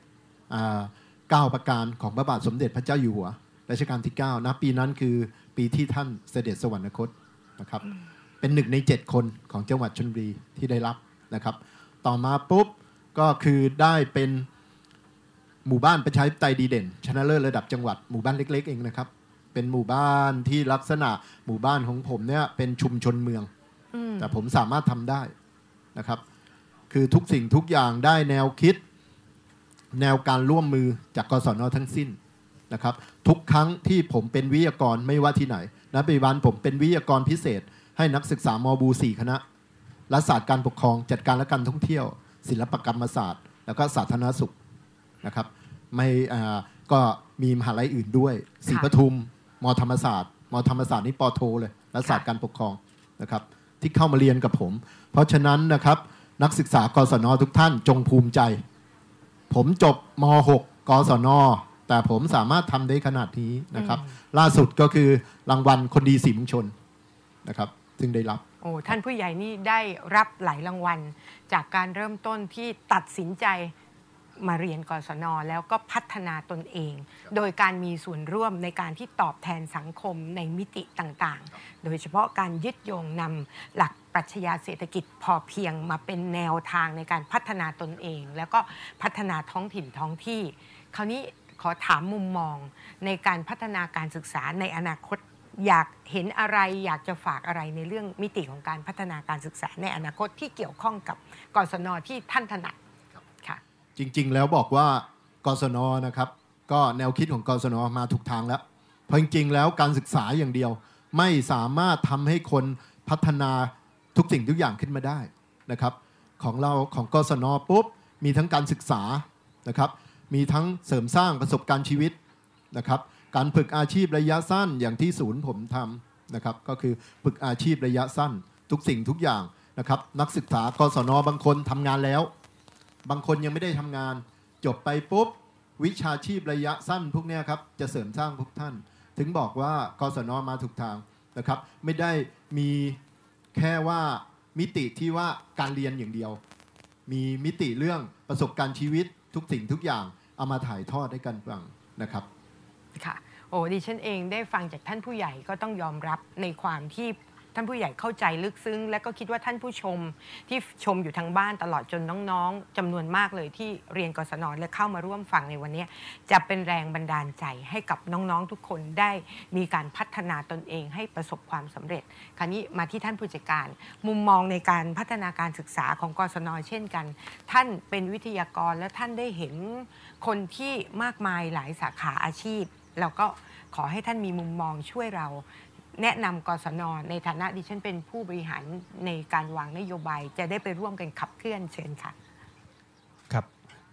9ประการของพระบาทสมเด็จพระเจ้าอยู่หัวรัชกาลที่9นะปีนั้นคือปีที่ท่านเสด็จสวรรคตนะครับเป็น1 ใน 7คนของจังหวัดชลบุรีที่ได้รับนะครับต่อมาปุ๊บก็คือได้เป็นหมู่บ้านประชาธิปไตยดีเด่นชนะเลิศระดับจังหวัดหมู่บ้านเล็กๆเองนะครับเป็นหมู่บ้านที่ลักษณะหมู่บ้านของผมเนี่ยเป็นชุมชนเมืองแต่ผมสามารถทำได้นะครับคือทุกสิ่งทุกอย่างได้แนวคิดแนวการร่วมมือจากกศน.ทั้งสิ้นนะครับทุกครั้งที่ผมเป็นวิทยากรไม่ว่าที่ไหนนะปัจจุบันผมเป็นวิทยากรพิเศษให้นักศึกษามบู 4 คณะรัฐศาสตร์การปกครองจัดการและการท่องเที่ยวศิลปกรรมศาสตร์แล้วก็สาธารณสุขนะครับไม่ก็มีมหาลัยอื่นด้วยศรีปทุมมธรรมศาสตร์นี่ปโทเลยรัฐศาสตร์การปกครองนะครับที่เข้ามาเรียนกับผมเพราะฉะนั้นนะครับนักศึกษากศน.ทุกท่านจงภูมิใจผมจบม.6 กศน.แต่ผมสามารถทำได้ขนาดนี้นะครับล่าสุดก็คือรางวัลคนดีสื่อมวลชนนะครับซึ่งได้รับท่านผู้ใหญ่นี่ได้รับหลายรางวัลจากการเริ่มต้นที่ตัดสินใจมาเรียนกศน.แล้วก็พัฒนาตนเองโดยการมีส่วนร่วมในการที่ตอบแทนสังคมในมิติต่างๆโดยเฉพาะการยึดโยงนำหลักปรัชญาเศรษฐกิจพอเพียงมาเป็นแนวทางในการพัฒนาตนเองแล้วก็พัฒนาท้องถิ่นท้องที่คราวนี้ขอถามมุมมองในการพัฒนาการศึกษาในอนาคตอยากเห็นอะไรอยากจะฝากอะไรในเรื่องมิติของการพัฒนาการศึกษาในอนาคตที่เกี่ยวข้องกับกศน.ที่ท่านถนัดค่ะจริงๆแล้วบอกว่ากศน.นะครับก็แนวคิดของกศน.มาถูกทางแล้วเพราะจริงๆแล้วการศึกษาอย่างเดียวไม่สามารถทำให้คนพัฒนาทุกสิ่งทุกอย่างขึ้นมาได้นะครับของเราของกศน.ปุ๊บมีทั้งการศึกษานะครับมีทั้งเสริมสร้างประสบการณ์ชีวิตนะครับการฝึกอาชีพระยะสั้นอย่างที่ศูนย์ผมทำนะครับก็คือฝึกอาชีพระยะสั้นทุกสิ่งทุกอย่างนะครับนักศึกษากศน.บางคนทำงานแล้วบางคนยังไม่ได้ทำงานจบไปปุ๊บวิชาชีพระยะสั้นพวกนี้ครับจะเสริมสร้างพวกท่านถึงบอกว่ากศน.มาถูกทางนะครับไม่ได้มีแค่ว่ามิติที่ว่าการเรียนอย่างเดียวมีมิติเรื่องประสบการณ์ชีวิตทุกสิ่งทุกอย่างเอามาถ่ายทอดให้กันฟังนะครับค่ะดิฉันเองได้ฟังจากท่านผู้ใหญ่ก็ต้องยอมรับในความที่ท่านผู้ใหญ่เข้าใจลึกซึ้งและก็คิดว่าท่านผู้ชมที่ชมอยู่ทางบ้านตลอดจนน้องๆจำนวนมากเลยที่เรียนกศน.และเข้ามาร่วมฟังในวันนี้จะเป็นแรงบันดาลใจให้กับน้องๆทุกคนได้มีการพัฒนาตนเองให้ประสบความสำเร็จคราวนี้มาที่ท่านผู้จัดการมุมมองในการพัฒนาการศึกษาของกศน.เช่นกันท่านเป็นวิทยากรและท่านได้เห็นคนที่มากมายหลายสาขาอาชีพแล้วก็ขอให้ท่านมีมุมมองช่วยเราแนะนำกศน.ในฐานะดิฉันเป็นผู้บริหารในการวางนโยบายจะได้ไปร่วมกันขับเคลื่อนเชิญค่ะครับ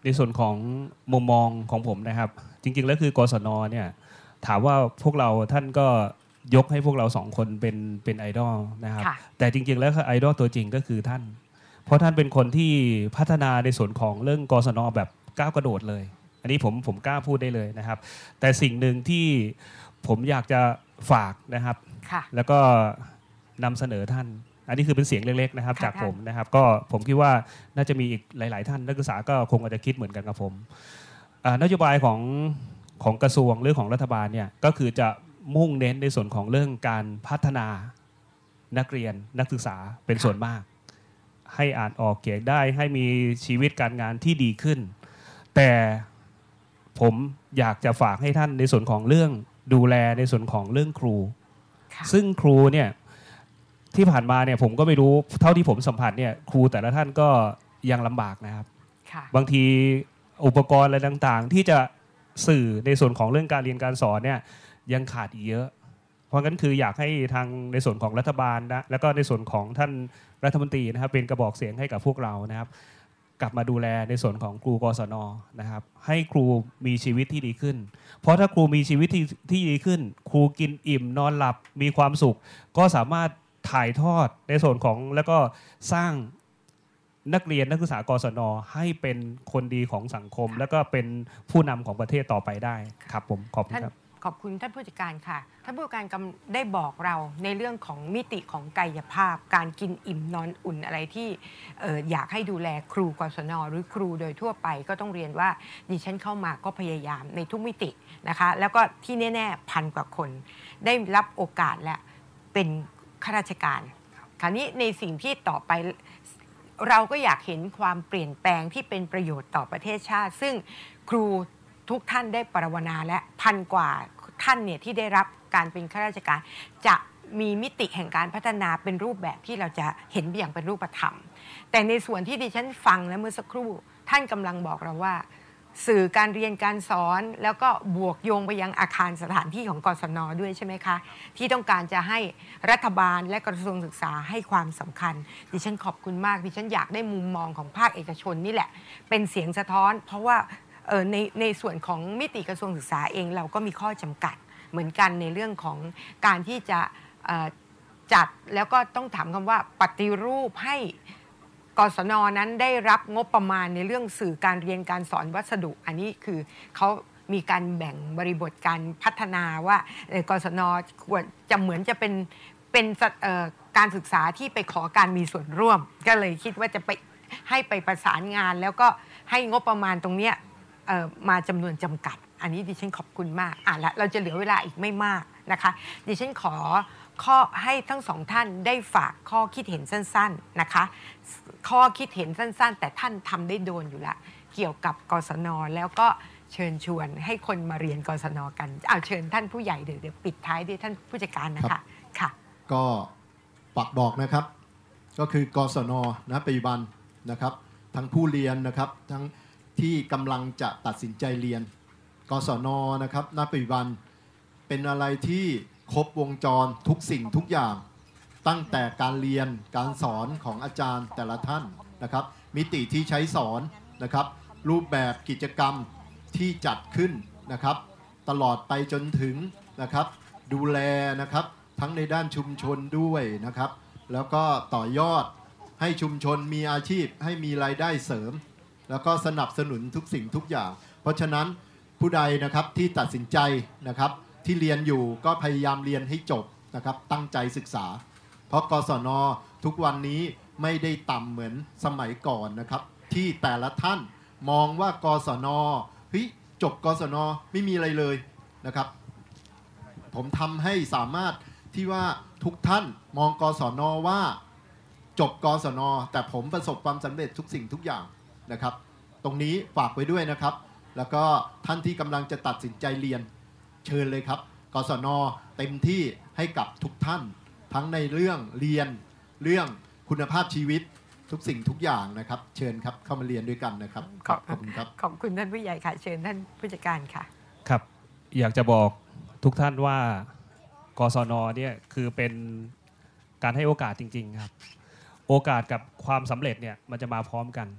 ในส่วนของมุมมองของผมนะครับจริงๆแล้วคือกศนเนี่ยถามว่าพวกเราท่านก็ยกให้พวกเรา2คนเป็นไอดอลนะครับแต่จริงๆแล้วไอดอลตัวจริงก็คือท่านเพราะท่านเป็นคนที่พัฒนาในส่วนของเรื่องกศนแบบก้าวกระโดดเลยอันนี้ผมกล้าพูดได้เลยนะครับแต่สิ่งหนึ่งที่ผมอยากจะฝากนะครับแล้วก็นำเสนอท่านอันนี้คือเป็นเสียงเล็กๆนะครับจากผมนะครับก็ผมคิดว่าน่าจะมีอีกหลายๆท่านนักศึกษาก็คงอาจจะคิดเหมือนกันกับผมนโยบายของกระทรวงหรือของรัฐบาลเนี่ยก็คือจะมุ่งเน้นในส่วนของเรื่องการพัฒนานักเรียนนักศึกษาเป็นส่วนมากให้อ่านออกเขียนได้ให้มีชีวิตการงานที่ดีขึ้นแต่ผมอยากจะฝากให้ท่านในส่วนของเรื่องดูแลในส่วนของเรื่องครูซึ่งครูเนี่ยที่ผ่านมาเนี่ยผมก็ไม่รู้เท่าที่ผมสัมผัสเนี่ยครูแต่ละท่านก็ยังลำบากนะครับบางทีอุปกรณ์อะไรต่างๆที่จะสื่อในส่วนของเรื่องการเรียนการสอนเนี่ยยังขาดอีกเยอะเพราะงั้นคืออยากให้ทางในส่วนของรัฐบาลนะแล้วก็ในส่วนของท่านรัฐมนตรีนะครับเป็นกระบอกเสียงให้กับพวกเรานะครับกลับมาดูแลในส่วนของครูกศน.นะครับให้ครูมีชีวิตที่ดีขึ้นเพราะถ้าครูมีชีวิตที่ดีขึ้นครูกินอิ่มนอนหลับมีความสุขก็สามารถถ่ายทอดในส่วนของแล้วก็สร้างนักเรียนนักศึกษากศน.ให้เป็นคนดีของสังคมแล้วก็เป็นผู้นำของประเทศต่อไปได้ครับผมขอบคุณครับขอบคุณท่านผู้จัดการค่ะท่านผู้จัดการได้บอกเราในเรื่องของมิติของกายภาพการกินอิ่มนอนอุ่นอะไรที่อยากให้ดูแลครูกศน.หรือครูโดยทั่วไปก็ต้องเรียนว่าดิฉันเข้ามาก็พยายามในทุกมิตินะคะแล้วก็ที่แน่ๆ1,000 กว่าคนได้รับโอกาสและเป็นข้าราชการคราวนี้ในสิ่งที่ต่อไปเราก็อยากเห็นความเปลี่ยนแปลงที่เป็นประโยชน์ต่อประเทศชาติซึ่งครูทุกท่านได้ปรารถนาและ1,000 กว่าท่านเนี่ยที่ได้รับการเป็นข้าราชการจะมีมิติแห่งการพัฒนาเป็นรูปแบบที่เราจะเห็นอย่างเป็นรูปธรรมแต่ในส่วนที่ดิฉันฟังและเมื่อสักครู่ท่านกำลังบอกเราว่าสื่อการเรียนการสอนแล้วก็บวกโยงไปยังอาคารสถานที่ของกศน.ด้วยใช่ไหมคะที่ต้องการจะให้รัฐบาลและกระทรวงศึกษาให้ความสำคัญดิฉันขอบคุณมากดิฉันอยากได้มุมมองของภาคเอกชนนี่แหละเป็นเสียงสะท้อนเพราะว่าในส่วนของมิติกระทรวงศึกษาเองเราก็มีข้อจำกัดเหมือนกันในเรื่องของการที่จะจัดแล้วก็ต้องถามคำว่าปฏิรูปให้กศน.นั้นได้รับงบประมาณในเรื่องสื่อการเรียนการสอนวัสดุอันนี้คือเขามีการแบ่งบริบทการพัฒนาว่ากศน.ควรจะเหมือนจะเป็นการศึกษาที่ไปขอการมีส่วนร่วมก็เลยคิดว่าจะไปให้ไปประสานงานแล้วก็ให้งบประมาณตรงนี้มาจำนวนจำกัดอันนี้ดิฉันขอบคุณมากละเราจะเหลือเวลาอีกไม่มากนะคะดิฉันขอข้อให้ทั้งสองท่านได้ฝากข้อคิดเห็นสั้นๆนะคะข้อคิดเห็นสั้นๆแต่ท่านทำได้โดนอยู่ละเกี่ยวกับกศน.แล้วก็เชิญชวนให้คนมาเรียนกศน.กันเชิญท่านผู้ใหญ่เดี๋ยวปิดท้ายด้วยท่านผู้จัดการนะคะค่ะก็ปักบอกนะครับก็คือกศน.ณปัจจุบันนะครับทั้งผู้เรียนนะครับทั้งที่กำลังจะตัดสินใจเรียนกศน.นะครับณปัจจุบันเป็นอะไรที่ครบวงจรทุกสิ่งทุกอย่างตั้งแต่การเรียนการสอนของอาจารย์แต่ละท่านนะครับมิติที่ใช้สอนนะครับรูปแบบกิจกรรมที่จัดขึ้นนะครับตลอดไปจนถึงนะครับดูแลนะครับทั้งในด้านชุมชนด้วยนะครับแล้วก็ต่อยอดให้ชุมชนมีอาชีพให้มีรายได้เสริมแล้วก็สนับสนุนทุกสิ่งทุกอย่างเพราะฉะนั้นผู้ใดนะครับที่ตัดสินใจนะครับที่เรียนอยู่ก็พยายามเรียนให้จบนะครับตั้งใจศึกษาเพราะกศน.ทุกวันนี้ไม่ได้ต่ำเหมือนสมัยก่อนนะครับที่แต่ละท่านมองว่ากศน.เฮ้ยจบกศน.ไม่มีอะไรเลยนะครับผมทำให้สามารถที่ว่าทุกท่านมองกศน.ว่าจบกศน.แต่ผมประสบความสำเร็จทุกสิ่งทุกอย่างนะครับตรงนี้ฝากไว้ด้วยนะครับแล้วก็ท่านที่กำลังจะตัดสินใจเรียนเชิญเลยครับกศน.เต็มที่ให้กับทุกท่านทั้งในเรื่องเรียนเรื่องคุณภาพชีวิตทุกสิ่งทุกอย่างนะครับเชิญครับเข้ามาเรียนด้วยกันนะครับขอบคุณครับขอบคุณท่านผู้ใหญ่ค่ะเชิญท่านผู้จัดการค่ะครับอยากจะบอกทุกท่านว่ากศน.เนี่ยคือเป็นการให้โอกาสจริงๆครับโอกาสกับความสำเร็จเนี่ยมันจะมาพร้อมกัน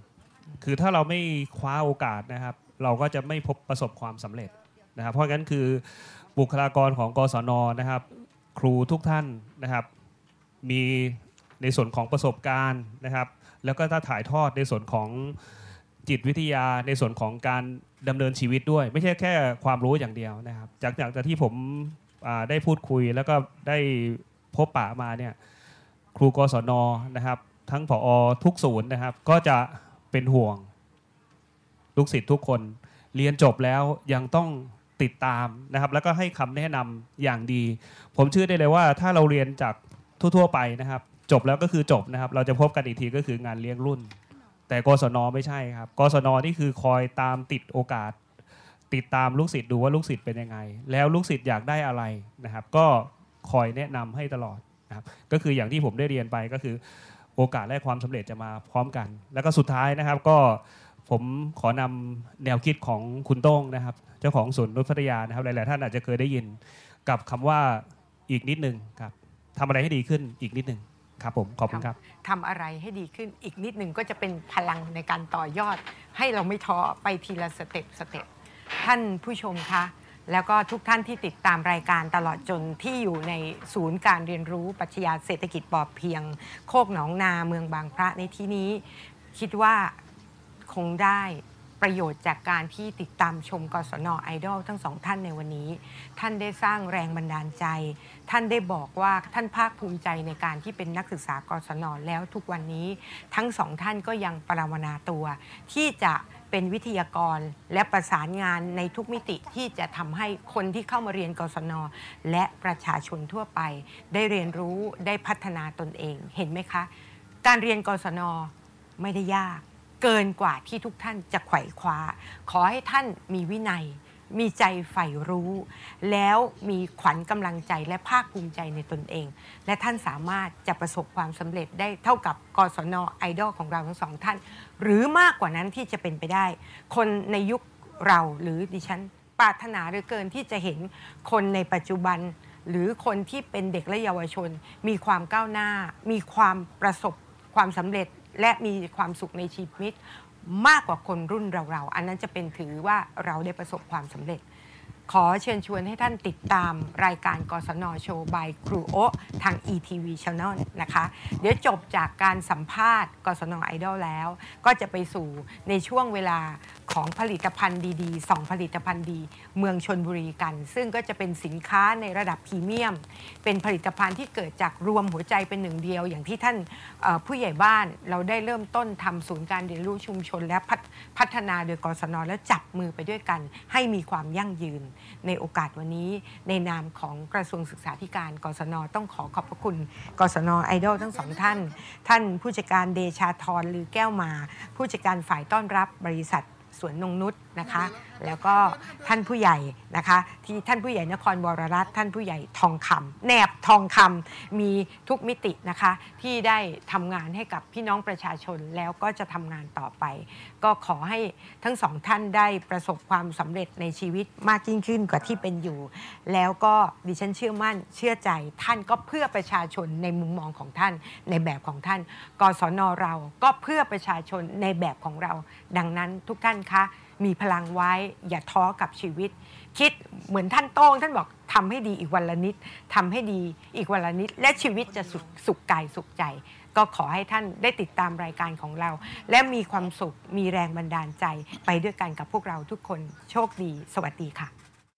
คือถ้าเราไม่คว้าโอกาสนะครับเราก็จะไม่ประสบความสำเร็จนะครับเพราะงั้นคือบุคลากรของกศน.นะครับครูทุกท่านนะครับมีในส่วนของประสบการณ์นะครับแล้วก็ถ้าถ่ายทอดในส่วนของจิตวิทยาในส่วนของการดำเนินชีวิตด้วยไม่ใช่แค่ความรู้อย่างเดียวนะครับจากที่ผมได้พูดคุยแล้วก็ได้พบปะมาเนี่ยครูกศน.นะครับทั้งผอ.ทุกศูนย์นะครับก็จะเป็นห่วงลูกศิษย์ทุกคนเรียนจบแล้วยังต้องติดตามนะครับแล้วก็ให้คำแนะนำอย่างดีผมเชื่อได้เลยว่าถ้าเราเรียนจากทั่วๆไปนะครับจบแล้วก็คือจบนะครับเราจะพบกันอีกทีก็คืองานเลี้ยงรุ่นแต่กศน.ไม่ใช่ครับกศน.นี่คือคอยตามติดโอกาสติดตามลูกศิษย์ดูว่าลูกศิษย์เป็นยังไงแล้วลูกศิษย์อยากได้อะไรนะครับก็คอยแนะนำให้ตลอดนะครับก็คืออย่างที่ผมได้เรียนไปก็คือโอกาสและความสำเร็จจะมาพร้อมกันแล้วก็สุดท้ายนะครับก็ผมขอนำแนวคิดของคุณโต้งนะครับเจ้าของศูนย์นุชพัทยานะครับหลายๆท่านอาจจะเคยได้ยินกับคำว่าอีกนิดนึงครับทำอะไรให้ดีขึ้นอีกนิดนึงครับผมขอบคุณครับทำอะไรให้ดีขึ้นอีกนิดนึงก็จะเป็นพลังในการต่อยอดให้เราไม่ท้อไปทีละสเต็ปท่านผู้ชมคะแล้วก็ทุกท่านที่ติดตามรายการตลอดจนที่อยู่ในศูนย์การเรียนรู้ปรัชญาเศรษฐกิจพอเพียงโคกหนองนาเมืองบางพระในที่นี้คิดว่าคงได้ประโยชน์จากการที่ติดตามชมกศน.ไอดอลทั้งสองท่านในวันนี้ท่านได้สร้างแรงบันดาลใจท่านได้บอกว่าท่านภาคภูมิใจในการที่เป็นนักศึกษากศน.แล้วทุกวันนี้ทั้งสองท่านก็ยังปรารถนาตัวที่จะเป็นวิทยากรและประสานงานในทุกมิติที่จะทำให้คนที่เข้ามาเรียนกศน.และประชาชนทั่วไปได้เรียนรู้ได้พัฒนาตนเองเห็นไหมคะการเรียนกศน.ไม่ได้ยากเกินกว่าที่ทุกท่านจะไขว่คว้าขอให้ท่านมีวินัยมีใจใฝ่รู้แล้วมีขวัญกำลังใจและภาคภูมิใจในตนเองและท่านสามารถจะประสบความสำเร็จได้เท่ากับกศน.ไอดอลของเราทั้งสองท่านหรือมากกว่านั้นที่จะเป็นไปได้คนในยุคเราหรือดิฉันปรารถนาเหลือเกินที่จะเห็นคนในปัจจุบันหรือคนที่เป็นเด็กและเยาวชนมีความก้าวหน้ามีความประสบความสำเร็จและมีความสุขในชีวิตมากกว่าคนรุ่นเราอันนั้นจะเป็นถือว่าเราได้ประสบความสำเร็จขอเชิญชวนให้ท่านติดตามรายการกศน.โชว์ by ครูโอทาง ETV Channel นะคะเดี๋ยวจบจากการสัมภาษณ์กศน.ไอดอลแล้วก็จะไปสู่ในช่วงเวลาของผลิตภัณฑ์ดีๆ2ผลิตภัณฑ์ดีเมืองชลบุรีกันซึ่งก็จะเป็นสินค้าในระดับพรีเมียมเป็นผลิตภัณฑ์ที่เกิดจากรวมหัวใจเป็นหนึ่งเดียวอย่างที่ท่านผู้ใหญ่บ้านเราได้เริ่มต้นทำศูนย์การเรียนรู้ชุมชนและพัฒนาโดยกศน.และจับมือไปด้วยกันให้มีความยั่งยืนในโอกาสวันนี้ในนามของกระทรวงศึกษาธิการกศน.ต้องขอขอบพระคุณกศน.ไอดอลทั้งสองท่านท่านผู้จัดการเดชาธรลือแก้วมาผู้จัดการฝ่ายต้อนรับบริษัทสวนนงนุชนะคะแล้วก็ท่านผู้ใหญ่นะคะที่ท่านผู้ใหญ่นครวรรัตน์ท่านผู้ใหญ่ทองคำแนบทองคำมีทุกมิตินะคะที่ได้ทำงานให้กับพี่น้องประชาชนแล้วก็จะทำงานต่อไปก็ขอให้ทั้งสองท่านได้ประสบความสำเร็จในชีวิตมากยิ่งขึ้นกว่าที่เป็นอยู่แล้วก็ดิฉันเชื่อมั่นเชื่อใจท่านก็เพื่อประชาชนในมุมมองของท่านในแบบของท่านกศน.เราก็เพื่อประชาชนในแบบของเราดังนั้นทุกท่านคะมีพลังไว้อย่าท้อกับชีวิตคิดเหมือนท่านโต้งท่านบอกทำให้ดีอีกวันละนิดทำให้ดีอีกวันละนิดและชีวิตจะสุขกายสุขใจก็ขอให้ท่านได้ติดตามรายการของเราและมีความสุขมีแรงบันดาลใจไปด้วยกันกับพวกเราทุกคนโชคดีสวัสดีค่ะ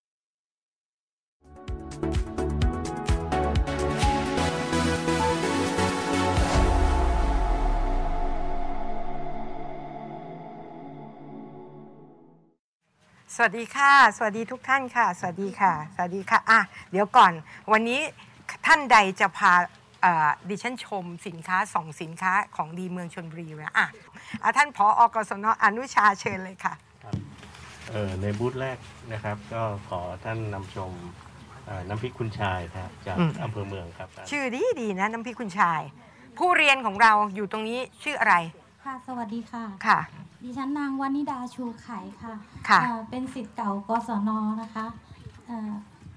สวัสดีค่ะสวัสดีทุกท่านค่ะสวัสดีค่ะสวัสดีค่ะเดี๋ยวก่อนวันนี้ท่านใดจะพาดิฉันชมสินค้า2สินค้าของดีเมืองชลบุรีนะท่านผอ.กศน.อนุชาเชิญเลยค่ะในบูธแรกนะครับก็ขอท่านนำชมน้ำพริกคุณชายครับจากอำเภอเมืองครับชื่อดีนะน้ำพริกคุณชายผู้เรียนของเราอยู่ตรงนี้ชื่ออะไรค่ะสวัสดีค่ะค่ะดิฉันนางวนิดาชูไข่ค่ะเป็นศิษย์เก่ากศน.นะคะ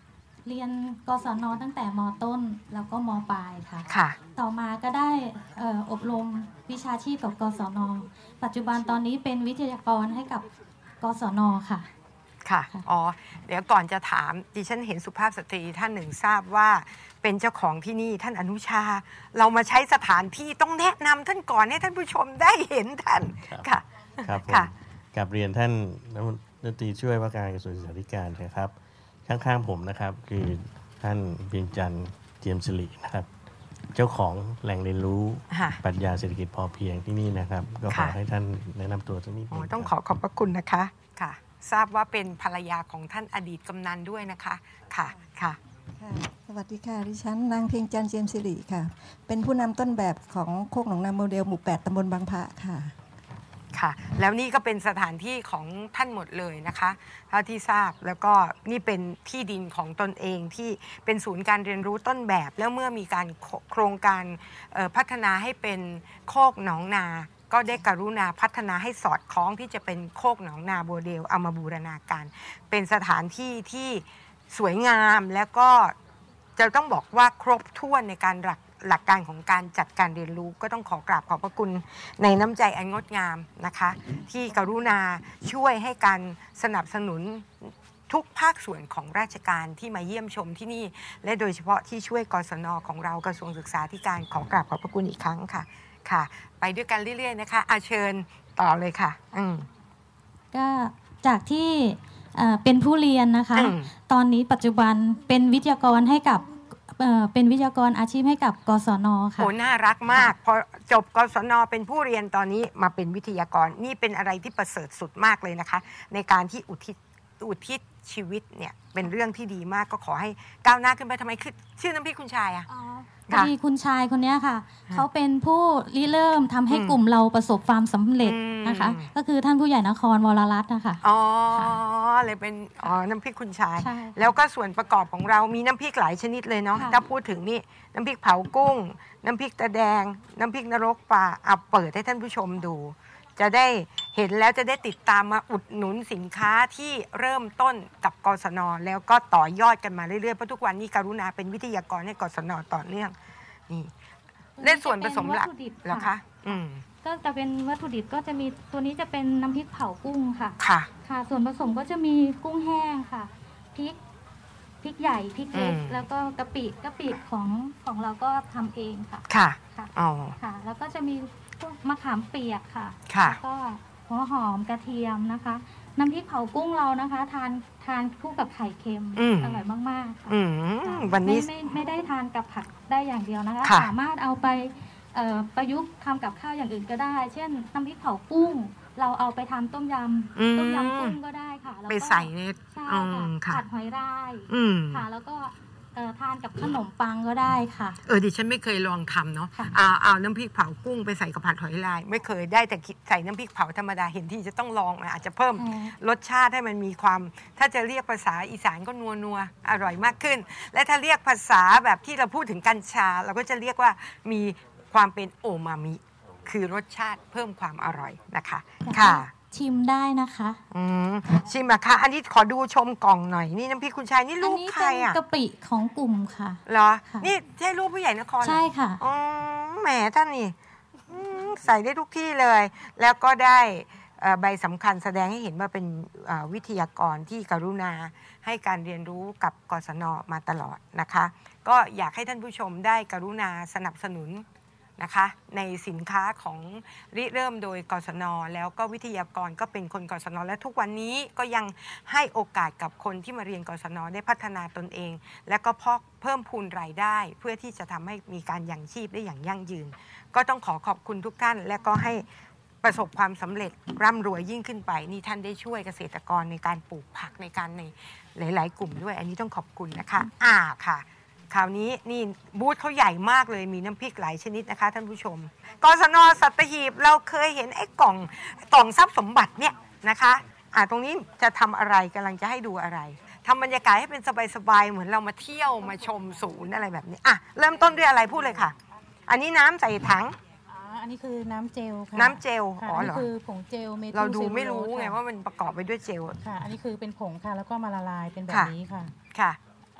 เรียนกศน.ตั้งแต่ม.ต้นแล้วก็ม.ปลายค่ะค่ะต่อมาก็ได้อบรมวิชาชีพกับกศน.ปัจจุบันตอนนี้เป็นวิทยากรให้กับกศน.ค่ะค่ะ อ๋อ เดี๋ยวก่อนจะถามดิฉันเห็นสุภาพสตรีท่านหนึ่งทราบว่าเป็นเจ้าของที่นี่ท่านอนุชา เรามาใช้สถานที่ต้องแนะนำท่านก่อนให้ท่านผู้ชมได้เห็นท่านค่ะครับผมกลับเรียนท่านรัฐมนตรีช่วยว่าการกระทรวงศึกษาธิการนะครับข้างๆผมนะครับคือท่านเพียงจันทร์เจียมสิรินะครับเจ้าของแหล่งเรียนรู้ปรัชญาเศรษฐกิจพอเพียงที่นี่นะครับก็ขอให้ท่านแนะนำตัวสักนิดนึงต้องขอบพระคุณนะคะค่ะทราบว่าเป็นภรรยาของท่านอดีตกำนันด้วยนะคะค่ะค่ะสวัสดีค่ะดิฉันนางเพียงจันทร์เจียมสิริค่ะเป็นผู้นำต้นแบบของโคกหนองนาโมเดลหมู่ 8 ตำบลบางพระค่ะค่ะแล้วนี่ก็เป็นสถานที่ของท่านหมดเลยนะคะเท่าที่ทราบแล้วก็นี่เป็นที่ดินของตนเองที่เป็นศูนย์การเรียนรู้ต้นแบบแล้วเมื่อมีการโครงการพัฒนาให้เป็นโคกหนองนาก็ได้กรุณาพัฒนาให้สอดคล้องที่จะเป็นโคกหนองนาโมเดลเอามาบูรณาการเป็นสถานที่ที่สวยงามแล้วก็จะต้องบอกว่าครบถ้วนในการหลักการของการจัดการเรียนรู้ก็ต้องขอกราบขอบพระคุณในน้ำใจอันงดงามนะคะที่กรุณาช่วยให้การสนับสนุนทุกภาคส่วนของราชการที่มาเยี่ยมชมที่นี่และโดยเฉพาะที่ช่วยกศน.ของเรากระทรวงศึกษาธิการขอกราบขอบพระคุณอีกครั้งค่ะค่ะไปด้วยกันเรื่อยๆนะคะเชิญต่อเลยค่ะก็จากที่เป็นผู้เรียนนะคะตอนนี้ปัจจุบันเป็นวิทยากรให้กับเป็นวิทยากรอาชีพให้กับกศน.ค่ะโอ้น่ารักมากพอจบกศน.เป็นผู้เรียนตอนนี้มาเป็นวิทยากรนี่เป็นอะไรที่ประเสริฐสุดมากเลยนะคะในการที่อุทิศชีวิตเนี่ยเป็นเรื่องที่ดีมากก็ขอให้ก้าวหน้าขึ้นไปทำไมคือชื่อน้ำพริกคุณชายอะพอดีคุณชายคนนี้ค่ะเขาเป็นผู้ริเริ่มทำให้กลุ่มเราประสบความสำเร็จนะคะก็คือท่านผู้ใหญ่นครวรรัตน์นะคะอ๋อเลยเป็นน้ำพริกคุณชายแล้วก็ส่วนประกอบของเรามีน้ำพริกหลายชนิดเลยเนาะถ้าพูดถึงนี่น้ำพริกเผากุ้งน้ำพริกตะแดงน้ำพริกนรกปลาเอาเปิดให้ท่านผู้ชมดูจะได้เห็นแล้วจะได้ติดตามมาอุดหนุนสินค้าที่เริ่มต้นกับกศน.แล้วก็ต่อยอดกันมาเรื่อยๆเพราะทุกวันนี้กรุณาเป็นวิทยากรให้กศน.ต่อเนื่องนี่เล่นส่วนผสมหลักเหรอคะก็จะเป็นวัตถุดิบก็จะมีตัวนี้จะเป็นน้ำพริกเผากุ้งค่ะค่ะส่วนผสมก็จะมีกุ้งแห้งค่ะพริกใหญ่พริกเล็กแล้วก็กะปิของเราก็ทำเองค่ะค่ะค่ะแล้วก็จะมีมะขามเปียกค่ะแล้วก็หัวหอมกระเทียมนะคะน้ำพริกเผากุ้งเรานะคะทานคู่กับไข่เค็มอร่อยมากๆค่ะวันนี้ไม่ได้ทานกับผักได้อย่างเดียวนะคะสามารถเอาไปประยุกต์ทำกับข้าวอย่างอื่นก็ได้เช่นน้ำพริกเผากุ้งเราเอาไปทำต้มยำกุ้งก็ได้ค่ะไปใส่ในผัดหอยลายค่ะแล้วก็ทานกับขนมปังก็ได้ค่ะดิฉันไม่เคยลองทำเนาะเอาน้ำพริกเผากุ้งไปใส่กับผัดหอยลายไม่เคยได้แต่ใส่น้ำพริกเผาธรรมดาเห็นที่จะต้องลองอาจจะเพิ่มรสชาติให้มันมีความถ้าจะเรียกภาษาอีสานก็นัวอร่อยมากขึ้นและถ้าเรียกภาษาแบบที่เราพูดถึงกัญชาเราก็จะเรียกว่ามีความเป็นโอมามิคือรสชาติเพิ่มความอร่อยนะคะค่ะชิมได้นะคะชิมอะค่ะอันนี้ขอดูชมกล่องหน่อยนี่น้ำพริกคุณชายนี่ลูกใครอะกะปิของกลุ่มค่ะเหรอนี่ใช่ลูกผู้ใหญ่นครใช่ค่ะแหมท่านนี่ใส่ได้ทุกที่เลยแล้วก็ได้ใบสำคัญแสดงให้เห็นว่าเป็นวิทยากรที่กรุณาให้การเรียนรู้กับกศน.มาตลอดนะคะก็อยากให้ท่านผู้ชมได้กรุณาสนับสนุนนะคะในสินค้าของริเริ่มโดยกศน.แล้วก็วิทยากรก็เป็นคนกศน.และทุกวันนี้ก็ยังให้โอกาสกับคนที่มาเรียนกศน.ได้พัฒนาตนเองและก็เพิ่มพูนรายได้เพื่อที่จะทำให้มีการยังชีพได้อย่างยั่งยืนก็ต้องขอบคุณทุกท่านและก็ให้ประสบความสำเร็จร่ำรวยยิ่งขึ้นไปนี่ท่านได้ช่วยเกษตรกรในการปลูกผักในการในหลายๆกลุ่มด้วยอันนี้ต้องขอบคุณนะคะค่ะคราวนี้นี่บูธเขาใหญ่มากเลยมีน้ำพริกหลายชนิดนะคะท่านผู้ชมกศน.สัตหีบเราเคยเห็นไอ้กล่องทรัพย์สมบัติเนี่ยนะคะตรงนี้จะทำอะไรกำลังจะให้ดูอะไรทำบรรยากาศให้เป็นสบายๆเหมือนเรามาเที่ยวมาชมศูนย์อะไรแบบนี้เริ่มต้นด้วยอะไรพูดเลยค่ะอันนี้น้ำใส่ถังอันนี้คือน้ำเจลค่ะน้ำเจลอันนี้คือผงเจลเมทิลเราดูไม่รู้ไงว่ามันประกอบไปด้วยเจลค่ะอันนี้คือเป็นผงค่ะแล้วก็มาละลายเป็นแบบนี้ค่ะค่ะ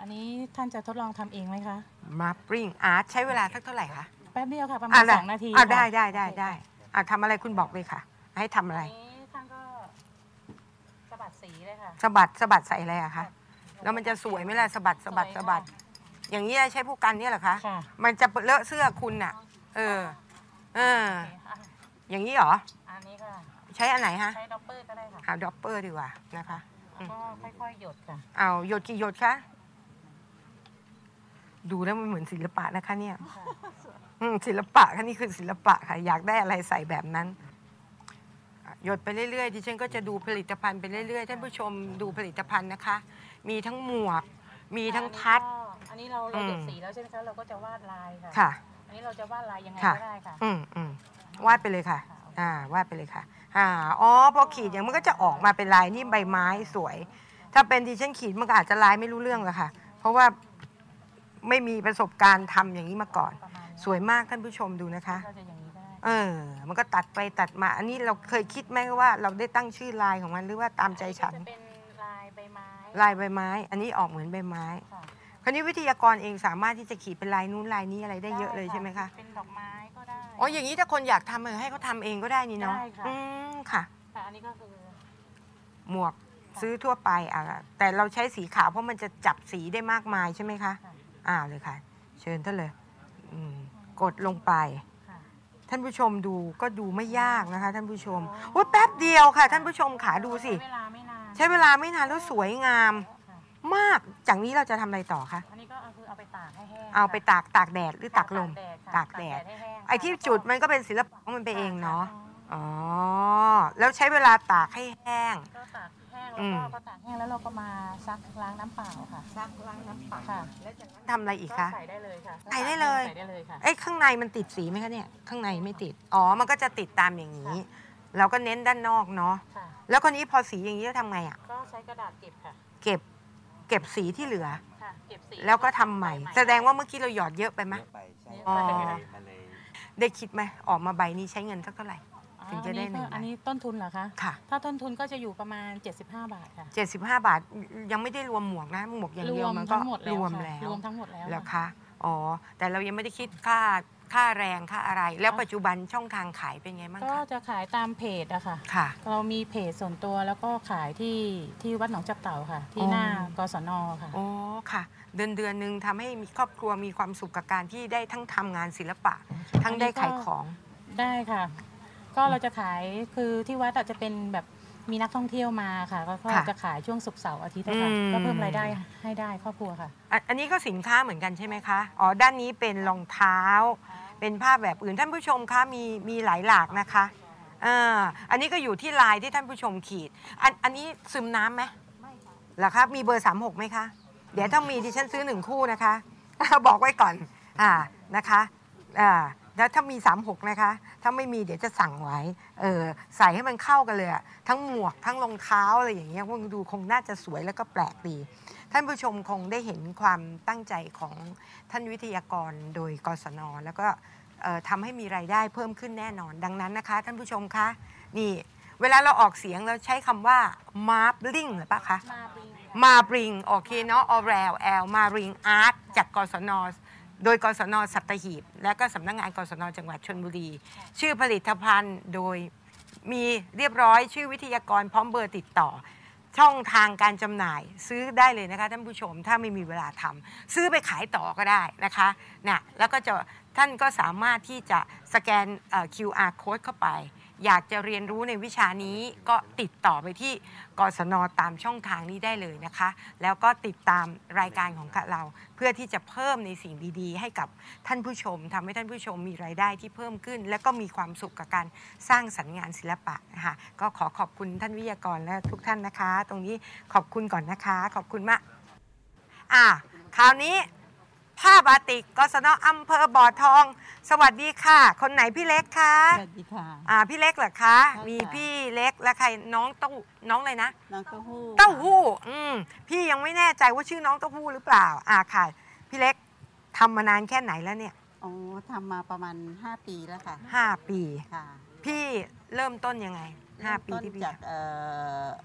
อันนี้ท่านจะทดลองทำเองไหมคะมาปริ้งอาร์ตใช้เวลาเท่าไหร่คะแป๊บเดียวค่ะประมาณ2 นาทีได้ทำอะไรคุณบอกเลยค่ะให้ทำอะไรท่านก็สะบัดสีเลยค่ะสะบัดใส่อะไรอะคะแล้วมันจะสวยไหมล่ะสะบัดอย่างนี้ใช้ผู้กันเนี่ยเหรอคะมันจะเลอะเสื้อคุณน่ะอย่างนี้เหรออันนี้ค่ะใช้อันไหนฮะใช้ด็อปเปอร์ก็ได้ค่ะเอาด็อปเปอร์ดีกว่านะคะก็ค่อยๆหยดค่ะเอาหยดกี่หยดคะดูแล้วมันเหมือนศิลปะนะคะเนี่ยศิลปะค่ะนี่คือศิลปะค่ะอยากได้อะไรใส่แบบนั้นหยดไปเรื่อยๆดิฉันก็จะดูผลิตภัณฑ์ไปเรื่อยๆท่านผู้ชมดูผลิตภัณฑ์นะคะมีทั้งหมวกมีทั้งทัดอันนี้เราหยดสีแล้วใช่ไหมคะเราก็จะวาดลายค่ะอันนี้เราจะวาดลายยังไงก็ได้ค่ะวาดไปเลยค่ะวาดไปเลยค่ะพอขีดอย่างมันก็จะออกมาเป็นลายนี่ใบไม้สวยถ้าเป็นดิฉันขีดมันก็อาจจะลายไม่รู้เรื่องละค่ะเพราะว่าไม่มีประสบการณ์ทำอย่างนี้มาก่อนสวยมากท่านผู้ชมดูนะคะมันก็ตัดไปตัดมาอันนี้เราเคยคิดไหมว่าเราได้ตั้งชื่อลายของมันหรือว่าตามใจฉันเป็นลายใบไม้อันนี้ออกเหมือนใบไม้คราวนี้วิทยากรเองสามารถที่จะขีดเป็นลายนู้นลายนี้อะไรได้เยอะเลยใช่ไหมคะเป็นดอกไม้ก็ได้อย่างนี้ถ้าคนอยากทำให้เขาทำเองก็ได้นี่เนาะค่ะแต่อันนี้ก็คือหมวกซื้อทั่วไปแต่เราใช้สีขาวเพราะมันจะจับสีได้มากมายใช่ไหมคะเลยค่ะเชิญท่านเลยกดลงไปท่านผู้ชมดูก็ดูไม่ยากนะคะท่านผู้ชมว่าแป๊บเดียวค่ะท่านผู้ชมขาดูสิใช้เวลาไม่นานแล้วสวยงามมากจากนี้เราจะทำอะไรต่อคะอันนี้ก็คือเอาไปตากให้แห้งเอาไปตากแดดหรือตากลมตากแดดไอ้ที่จุดมันก็เป็นศิลปะมันไปเองเนาะแล้วใช้เวลาตากให้แห้งก็ตากแห้งแล้วก็พอตากแห้งแล้วเราก็มาซักล้างน้ำเปล่าค่ะซักล้างน้ำเปล่าค่ะแล้วจากนั้นทำอะไรอีกคะใส่ได้เลยค่ะใส่ได้เลยค่ะข้างในมันติดสีไหมคะเนี่ยข้างในไม่ติดมันก็จะติดตามอย่างนี้เราก็เน้นด้านนอกเนาะแล้วคนนี้พอสีอย่างนี้จะทำไงก็ใช้กระดาษเก็บค่ะเก็บสีที่เหลือเก็บสีแล้วก็ทำใหม่แสดงว่าเมื่อกี้เราหยอดเยอะไปไหมได้คิดไหมออกมาใบนี้ใช้เงินสักเท่าไหร่ถึงจะได้อันนี้ต้นทุนเหรอคะค่ะถ้าต้นทุนก็จะอยู่ประมาณ75 บาทค่ะ 75 บาทยังไม่ได้รวมหมวกนะหมวกอย่างเดียวมันก็รวมทั้งหมดแล้วแล้วคะแต่เรายังไม่ได้คิดค่าแรงค่าอะไรแล้วปัจจุบันช่องทางขายเป็นไงบ้างคะก็จะขายตามเพจอะค่ะเรามีเพจส่วนตัวแล้วก็ขายที่วัดหนองจับเต่าค่ะที่หน้ากศน.ค่ะค่ะเดือนนึงทำให้มีครอบครัวมีความสุขกับการที่ได้ทั้งทำงานศิลปะทั้งได้ขายของได้ค่ะก็เราจะขายคือที่วัดอาจจะเป็นแบบมีนักท่องเที่ยวมาค่ะก็จะขายช่วงศุกร์เสาร์อาทิตย์ค่ะก็เพิ่มรายได้ให้ได้ครอบครัวค่ะอันนี้ก็สินค้าเหมือนกันใช่ไหมคะด้านนี้เป็นรองเท้าเป็นผ้าแบบอื่นท่านผู้ชมคะมีหลายหลากนะคะอันนี้ก็อยู่ที่ลายที่ท่านผู้ชมขีดอันนี้ซึมน้ำไหมไม่ค่ะเหรอครับมีเบอร์36ไหมคะเดี๋ยวถ้ามีดิฉันซื้อ1 คู่นะคะบอกไว้ก่อนนะคะแล้วถ้ามี36นะคะถ้าไม่มีเดี๋ยวจะสั่งไว้ใส่ให้มันเข้ากันเลยทั้งหมวกทั้งรองเท้าอะไรอย่างเงี้ยดูคงน่าจะสวยแล้วก็แปลกดีท่านผู้ชมคงได้เห็นความตั้งใจของท่านวิทยากรโดยกศน.แล้วก็ทำให้มีรายได้เพิ่มขึ้นแน่นอนดังนั้นนะคะท่านผู้ชมคะนี่เวลาเราออกเสียงเราใช้คำว่า marbling หรือเปล่าคะ marbling โอเคเนาะ marbling art จากกศน.โดยกศน.สัตหีบและก็สำนักงานกศน.จังหวัดชลบุรีชื่อผลิตภัณฑ์โดยมีเรียบร้อยชื่อวิทยากรพร้อมเบอร์ติดต่อช่องทางการจำหน่ายซื้อได้เลยนะคะท่านผู้ชมถ้าไม่มีเวลาทำซื้อไปขายต่อก็ได้นะคะแล้วก็ท่านก็สามารถที่จะสแกนQR code เข้าไปอยากจะเรียนรู้ในวิชานี้ก็ติดต่อไปที่กศน.ตามช่องทางนี้ได้เลยนะคะแล้วก็ติดตามรายการของเราเพื่อที่จะเพิ่มในสิ่งดีๆให้กับท่านผู้ชมทำให้ท่านผู้ชมมีรายได้ที่เพิ่มขึ้นและก็มีความสุขกับการสร้างสรรค์งานศิลปะนะคะก็ขอบคุณท่านวิทยากรและทุกท่านนะคะตรงนี้ขอบคุณก่อนนะคะขอบคุณมากคราวนี้ผ้าบาติกกศน.อำเภอบ่อทองสวัสดีค่ะคนไหนพี่เล็กคะสวัสดีค่ะพี่เล็กเหรอคะมีพี่เล็กและใครน้องอะไรนะน้องเต้าหู้พี่ยังไม่แน่ใจว่าชื่อน้องเต้าหู้หรือเปล่าค่ะพี่เล็กทำมานานแค่ไหนแล้วเนี่ยทำมาประมาณ5 ปีแล้วค่ะ 5 ปีค่ะพี่เริ่มต้นยังไง5 ปีที่พี่จากท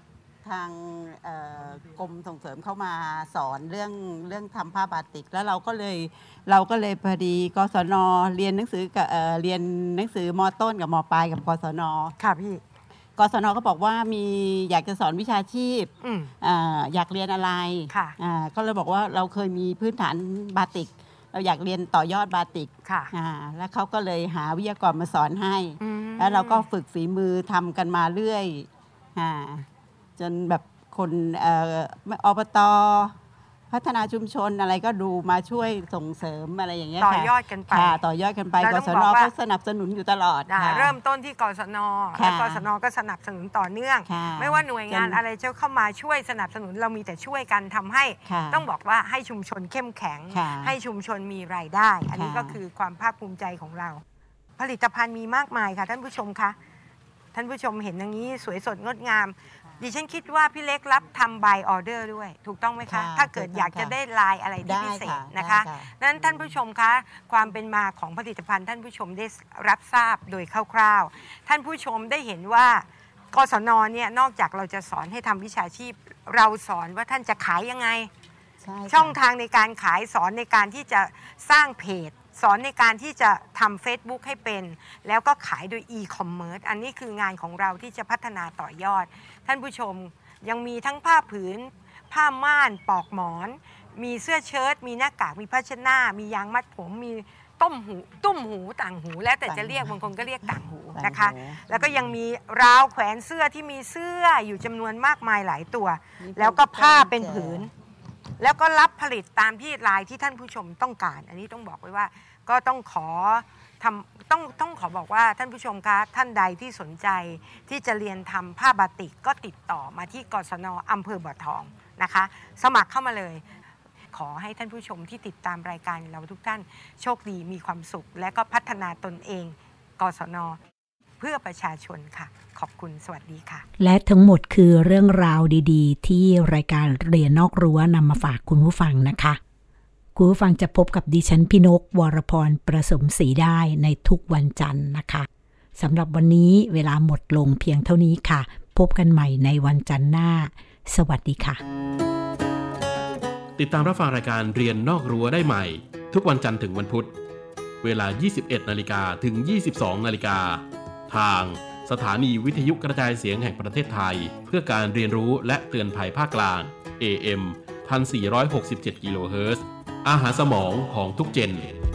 ทางกรมส่งเสริมเข้ามาสอนเรื่องทำผ้าบาติกแล้วเราก็เลยพอดีกศน.เรียนหนังสือกับเรียนหนังสือม.ต้นกับม.ปลายกับกศน. ค่ะพี่กศน.ก็บอกว่าอยากจะสอนวิชาชีพอยากเรียนอะไรก็เลยบอกว่าเราเคยมีพื้นฐานบาติกเราอยากเรียนต่อยอดบาติกแล้วเขาก็เลยหาวิทยากรมาสอนให้แล้วเราก็ฝึกฝีมือทำกันมาเรื่อยจนแบบคนอบต.พัฒนาชุมชนอะไรก็ดูมาช่วยส่งเสริมอะไรอย่างเงี้ยต่อยอดกันไปต่อยอดกันไปกศน.ก็สนับสนุนอยู่ตลอดเริ่มต้นที่กศน.แล้วกศน.ก็สนับสนุนต่อเนื่องไม่ว่าหน่วยงานอะไรจะเข้ามาช่วยสนับสนุนเรามีแต่ช่วยกันทำให้ต้องบอกว่าให้ชุมชนเข้มแข็งให้ชุมชนมีรายได้อันนี้ก็คือความภาคภูมิใจของเราผลิตภัณฑ์มีมากมายค่ะท่านผู้ชมคะท่านผู้ชมเห็นอย่างนี้สวยสดงดงามดิฉันคิดว่าพี่เล็กรับทำ by order ด้วยถูกต้องไหมคะถ้าเกิดอยากจะได้ลายอะไรที่พิเศษนะคะนั้นท่านผู้ชมคะความเป็นมาของผลิตภัณฑ์ท่านผู้ชมได้รับทราบโดยคร่าวๆท่านผู้ชมได้เห็นว่ากศน.เนี่ยนอกจากเราจะสอนให้ทำวิชาชีพเราสอนว่าท่านจะขายยังไงช่องทางในการขายสอนในการที่จะสร้างเพจสอนในการที่จะทำ Facebook ให้เป็นแล้วก็ขายโดย e-commerce อันนี้คืองานของเราที่จะพัฒนาต่อยอดท่านผู้ชมยังมีทั้งผ้าผืนผ้าม่านปลอกหมอนมีเสื้อเชิ้ตมีหน้ากากมีผ้าเช็ดหน้ามียางมัดผมมีตุ้มหูต่างหูแล้วแต่จะเรียกบางคนก็เรียกต่างหูนะคะแล้วก็ยังมีราวแขวนเสื้อที่มีเสื้ออยู่จำนวนมากมายหลายตัวแล้วก็ผ้าเป็นผืนแล้วก็รับผลิตตามที่ลายที่ท่านผู้ชมต้องการอันนี้ต้องบอกไว้ว่าก็ต้องขอบอกว่าท่านผู้ชมคะท่านใดที่สนใจที่จะเรียนทำผ้าบาติกก็ติดต่อมาที่กศน.อำเภอบ่อทองนะคะสมัครเข้ามาเลยขอให้ท่านผู้ชมที่ติดตามรายการเราทุกท่านโชคดีมีความสุขและก็พัฒนาตนเองกศน.เพื่อประชาชนค่ะขอบคุณสวัสดีค่ะและทั้งหมดคือเรื่องราวดีๆที่รายการเรียนนอกรั้วนำมาฝากคุณผู้ฟังนะคะคุณผู้ฟังจะพบกับดิฉันพี่นกวรพรประสมศรีได้ในทุกวันจันทร์นะคะสำหรับวันนี้เวลาหมดลงเพียงเท่านี้ค่ะพบกันใหม่ในวันจันทร์หน้าสวัสดีค่ะติดตามรับฟังรายการเรียนนอกรั้วได้ใหม่ทุกวันจันทร์ถึงวันพุธเวลา 21:00 น.ถึง 22:00 น.ทางสถานีวิทยุกระจายเสียงแห่งประเทศไทยเพื่อการเรียนรู้และเตือนภัยภาคกลาง AM 1467 กิโลเฮิรตซ์อาหารสมองของทุกเจน